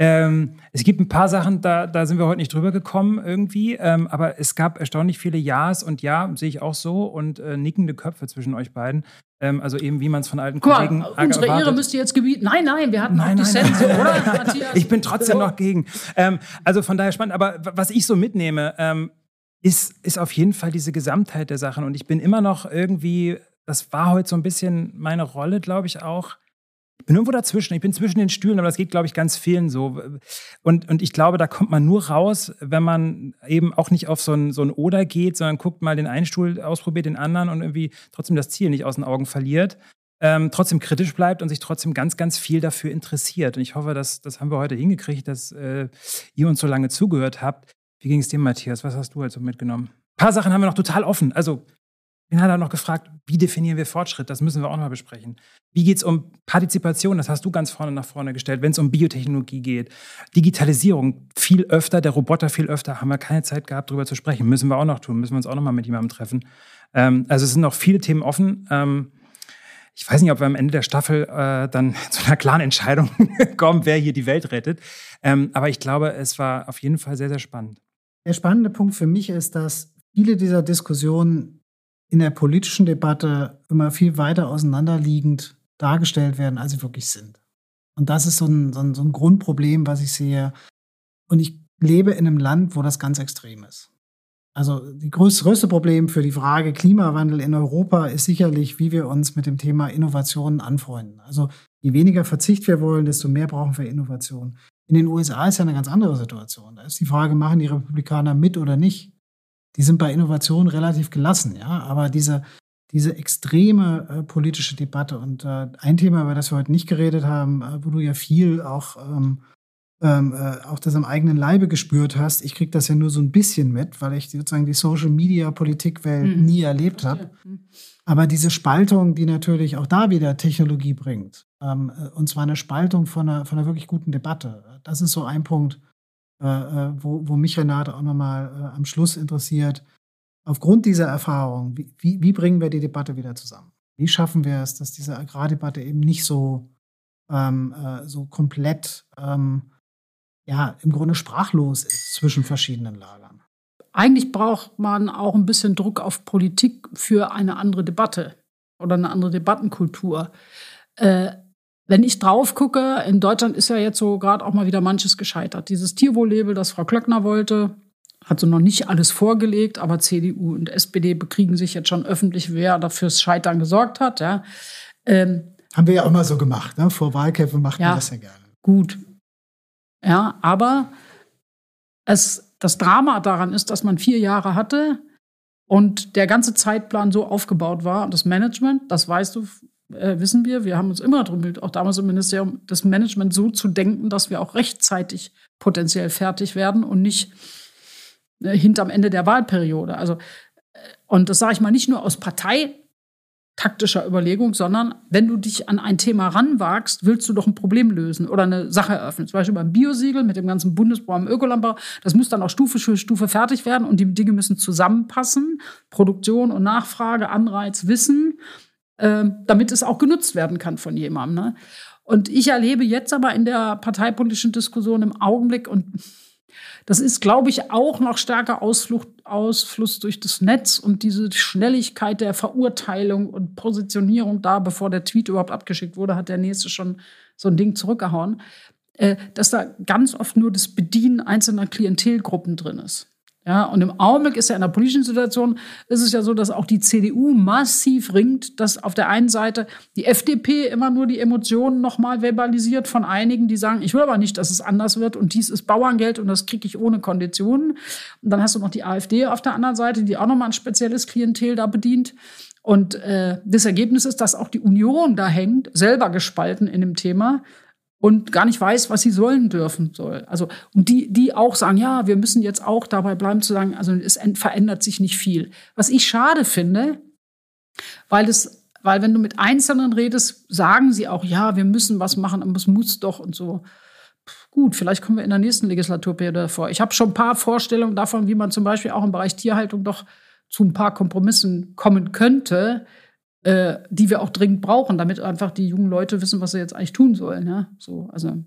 S1: Es gibt ein paar Sachen, da sind wir heute nicht drüber gekommen irgendwie. Aber es gab erstaunlich viele Ja's und ja, sehe ich auch so. Und nickende Köpfe zwischen euch beiden. Also eben, wie man es von alten Kollegen
S3: unsere
S1: erwartet.
S3: Ehre müsst ihr jetzt gebieten. Nein, wir hatten auch Dissens, oder, Matthias?
S1: Ich bin trotzdem noch gegen. Also von daher spannend. Aber was ich so mitnehme, ist auf jeden Fall diese Gesamtheit der Sachen. Und ich bin immer noch irgendwie, das war heute so ein bisschen meine Rolle, glaube ich auch. Ich bin irgendwo dazwischen. Ich bin zwischen den Stühlen, aber das geht, glaube ich, ganz vielen so. Und ich glaube, da kommt man nur raus, wenn man eben auch nicht auf so ein Oder geht, sondern guckt mal den einen Stuhl, ausprobiert den anderen und irgendwie trotzdem das Ziel nicht aus den Augen verliert. Trotzdem kritisch bleibt und sich trotzdem ganz, ganz viel dafür interessiert. Und ich hoffe, das haben wir heute hingekriegt, dass ihr uns so lange zugehört habt. Wie ging es dir, Matthias? Was hast du also mitgenommen? Ein paar Sachen haben wir noch total offen. Also, ich habe noch gefragt, wie definieren wir Fortschritt? Das müssen wir auch noch mal besprechen. Wie geht es um Partizipation? Das hast du ganz vorne nach vorne gestellt, wenn es um Biotechnologie geht. Digitalisierung viel öfter, der Roboter viel öfter. Haben wir keine Zeit gehabt, darüber zu sprechen. Müssen wir auch noch tun. Müssen wir uns auch noch mal mit jemandem treffen. Also es sind noch viele Themen offen. Ich weiß nicht, ob wir am Ende der Staffel dann zu einer klaren Entscheidung kommen, wer hier die Welt rettet. Aber ich glaube, es war auf jeden Fall sehr, sehr spannend.
S2: Der spannende Punkt für mich ist, dass viele dieser Diskussionen in der politischen Debatte immer viel weiter auseinanderliegend dargestellt werden, als sie wirklich sind. Und das ist so ein Grundproblem, was ich sehe. Und ich lebe in einem Land, wo das ganz extrem ist. Also das größte Problem für die Frage Klimawandel in Europa ist sicherlich, wie wir uns mit dem Thema Innovationen anfreunden. Also je weniger Verzicht wir wollen, desto mehr brauchen wir Innovation. In den USA ist ja eine ganz andere Situation. Da ist die Frage, machen die Republikaner mit oder nicht? Die sind bei Innovation relativ gelassen, ja. Aber diese extreme politische Debatte und ein Thema, über das wir heute nicht geredet haben, wo du ja viel auch das am eigenen Leibe gespürt hast. Ich kriege das ja nur so ein bisschen mit, weil ich sozusagen die Social-Media-Politikwelt nie erlebt habe. Aber diese Spaltung, die natürlich auch da wieder Technologie bringt, und zwar eine Spaltung von einer wirklich guten Debatte. Das ist so ein Punkt, wo mich Renate auch nochmal am Schluss interessiert. Aufgrund dieser Erfahrung, wie bringen wir die Debatte wieder zusammen? Wie schaffen wir es, dass diese Agrardebatte eben nicht so komplett im Grunde sprachlos ist zwischen verschiedenen Lagern?
S3: Eigentlich braucht man auch ein bisschen Druck auf Politik für eine andere Debatte oder eine andere Debattenkultur. Wenn ich drauf gucke, in Deutschland ist ja jetzt so gerade auch mal wieder manches gescheitert. Dieses Tierwohl-Label, das Frau Klöckner wollte, hat so noch nicht alles vorgelegt, aber CDU und SPD bekriegen sich jetzt schon öffentlich, wer dafür das Scheitern gesorgt hat. Ja.
S2: Haben wir ja auch mal so gemacht, ne? Vor Wahlkämpfen macht man das ja gerne.
S3: Gut. Ja, aber das Drama daran ist, dass man 4 Jahre hatte und der ganze Zeitplan so aufgebaut war. Und das Management, das weißt du, wissen wir haben uns immer darum bemüht, auch damals im Ministerium, das Management so zu denken, dass wir auch rechtzeitig potenziell fertig werden und nicht hinterm Ende der Wahlperiode. Also, und das sage ich mal nicht nur aus parteitaktischer Überlegung, sondern wenn du dich an ein Thema ranwagst, willst du doch ein Problem lösen oder eine Sache eröffnen. Zum Beispiel beim Biosiegel mit dem ganzen Bundesprogramm Ökolandbau. Das muss dann auch Stufe für Stufe fertig werden und die Dinge müssen zusammenpassen. Produktion und Nachfrage, Anreiz, Wissen, damit es auch genutzt werden kann von jemandem. Ne? Und ich erlebe jetzt aber in der parteipolitischen Diskussion im Augenblick, und das ist, glaube ich, auch noch stärker Ausfluss durch das Netz und diese Schnelligkeit der Verurteilung und Positionierung da, bevor der Tweet überhaupt abgeschickt wurde, hat der Nächste schon so ein Ding zurückgehauen, dass da ganz oft nur das Bedienen einzelner Klientelgruppen drin ist. Ja, und im Augenblick ist ja in der politischen Situation, ist es ja so, dass auch die CDU massiv ringt, dass auf der einen Seite die FDP immer nur die Emotionen nochmal verbalisiert von einigen, die sagen, ich will aber nicht, dass es anders wird und dies ist Bauerngeld und das kriege ich ohne Konditionen. Und dann hast du noch die AfD auf der anderen Seite, die auch nochmal ein spezielles Klientel da bedient. Und das Ergebnis ist, dass auch die Union da hängt, selber gespalten in dem Thema, und gar nicht weiß, was sie sollen dürfen soll. Also, und die auch sagen, ja, wir müssen jetzt auch dabei bleiben zu sagen, also es verändert sich nicht viel. Was ich schade finde, weil wenn du mit Einzelnen redest, sagen sie auch, ja, wir müssen was machen, aber es muss doch und so. Gut, vielleicht kommen wir in der nächsten Legislaturperiode davor. Ich habe schon ein paar Vorstellungen davon, wie man zum Beispiel auch im Bereich Tierhaltung doch zu ein paar Kompromissen kommen könnte, die wir auch dringend brauchen, damit einfach die jungen Leute wissen, was sie jetzt eigentlich tun sollen. Ja? So, also,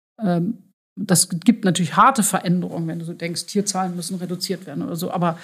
S3: das gibt natürlich harte Veränderungen, wenn du so denkst, Tierzahlen müssen reduziert werden oder so. Aber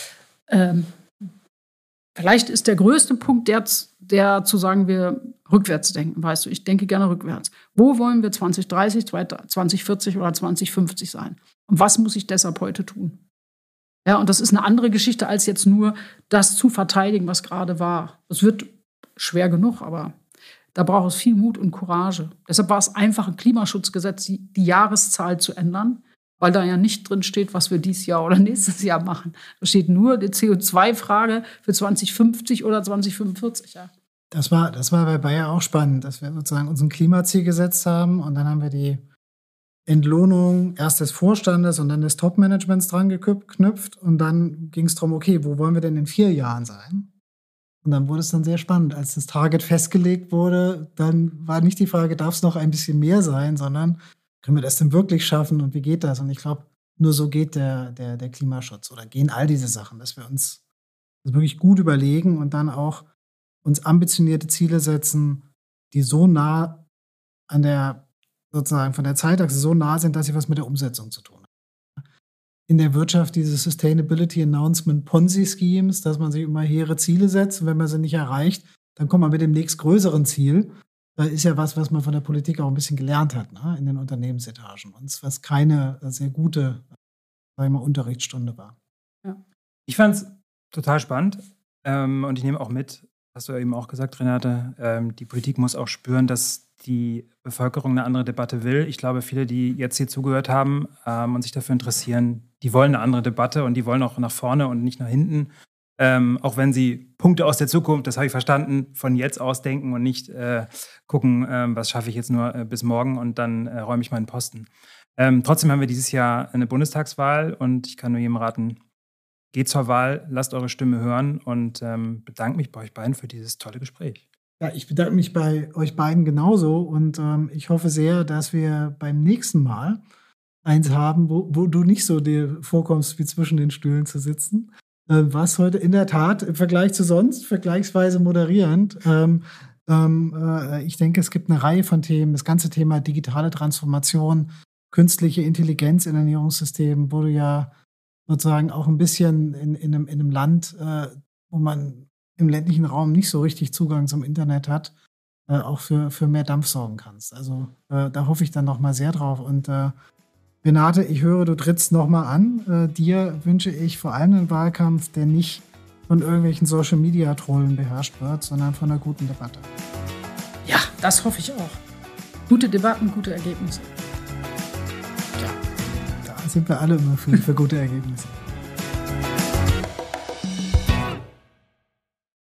S3: vielleicht ist der größte Punkt der zu sagen, wir rückwärts denken. Weißt du, ich denke gerne rückwärts. Wo wollen wir 2030, 2040 oder 2050 sein? Und was muss ich deshalb heute tun? Ja, und das ist eine andere Geschichte, als jetzt nur das zu verteidigen, was gerade war. Es wird schwer genug, aber da braucht es viel Mut und Courage. Deshalb war es einfach, ein Klimaschutzgesetz, die Jahreszahl zu ändern, weil da ja nicht drin steht, was wir dieses Jahr oder nächstes Jahr machen. Da steht nur die CO2-Frage für 2050 oder 2045. Ja.
S2: Das war bei Bayer auch spannend, dass wir sozusagen uns ein Klimaziel gesetzt haben und dann haben wir die Entlohnung erst des Vorstandes und dann des Top-Managements dran geknüpft und dann ging es darum, okay, wo wollen wir denn in 4 Jahren sein? Und dann wurde es dann sehr spannend. Als das Target festgelegt wurde, dann war nicht die Frage, darf es noch ein bisschen mehr sein, sondern können wir das denn wirklich schaffen und wie geht das? Und ich glaube, nur so geht der Klimaschutz oder gehen all diese Sachen, dass wir uns das wirklich gut überlegen und dann auch uns ambitionierte Ziele setzen, die so nah an der sozusagen von der Zeitachse so nah sind, dass sie was mit der Umsetzung zu tun haben. In der Wirtschaft diese Sustainability Announcement Ponzi Schemes, dass man sich immer hehre Ziele setzt und wenn man sie nicht erreicht, dann kommt man mit dem nächstgrößeren Ziel. Das ist ja was man von der Politik auch ein bisschen gelernt hat, ne, in den Unternehmensetagen. Und was keine sehr gute, sag ich mal, Unterrichtsstunde war.
S1: Ja. Ich fand es total spannend und ich nehme auch mit, hast du ja eben auch gesagt, Renate, die Politik muss auch spüren, dass die Bevölkerung eine andere Debatte will. Ich glaube, viele, die jetzt hier zugehört haben und sich dafür interessieren, die wollen eine andere Debatte und die wollen auch nach vorne und nicht nach hinten. Auch wenn sie Punkte aus der Zukunft, das habe ich verstanden, von jetzt aus denken und nicht gucken, was schaffe ich jetzt nur bis morgen und dann räume ich meinen Posten. Trotzdem haben wir dieses Jahr eine Bundestagswahl und ich kann nur jedem raten, geht zur Wahl, lasst eure Stimme hören und bedanke mich bei euch beiden für dieses tolle Gespräch.
S2: Ja, ich bedanke mich bei euch beiden genauso und ich hoffe sehr, dass wir beim nächsten Mal eins haben, wo du nicht so dir vorkommst, wie zwischen den Stühlen zu sitzen. Was heute in der Tat im Vergleich zu sonst vergleichsweise moderierend. Ich denke, es gibt eine Reihe von Themen. Das ganze Thema digitale Transformation, künstliche Intelligenz in Ernährungssystemen, wo du ja sozusagen auch ein bisschen in einem Land, wo man im ländlichen Raum nicht so richtig Zugang zum Internet hat, auch für mehr Dampf sorgen kannst. Also da hoffe ich dann noch mal sehr drauf. Und Renate, ich höre, du trittst noch mal an. Dir wünsche ich vor allem einen Wahlkampf, der nicht von irgendwelchen Social-Media-Trollen beherrscht wird, sondern von einer guten Debatte.
S3: Ja, das hoffe ich auch. Gute Debatten, gute Ergebnisse.
S2: sind wir alle immer für gute Ergebnisse.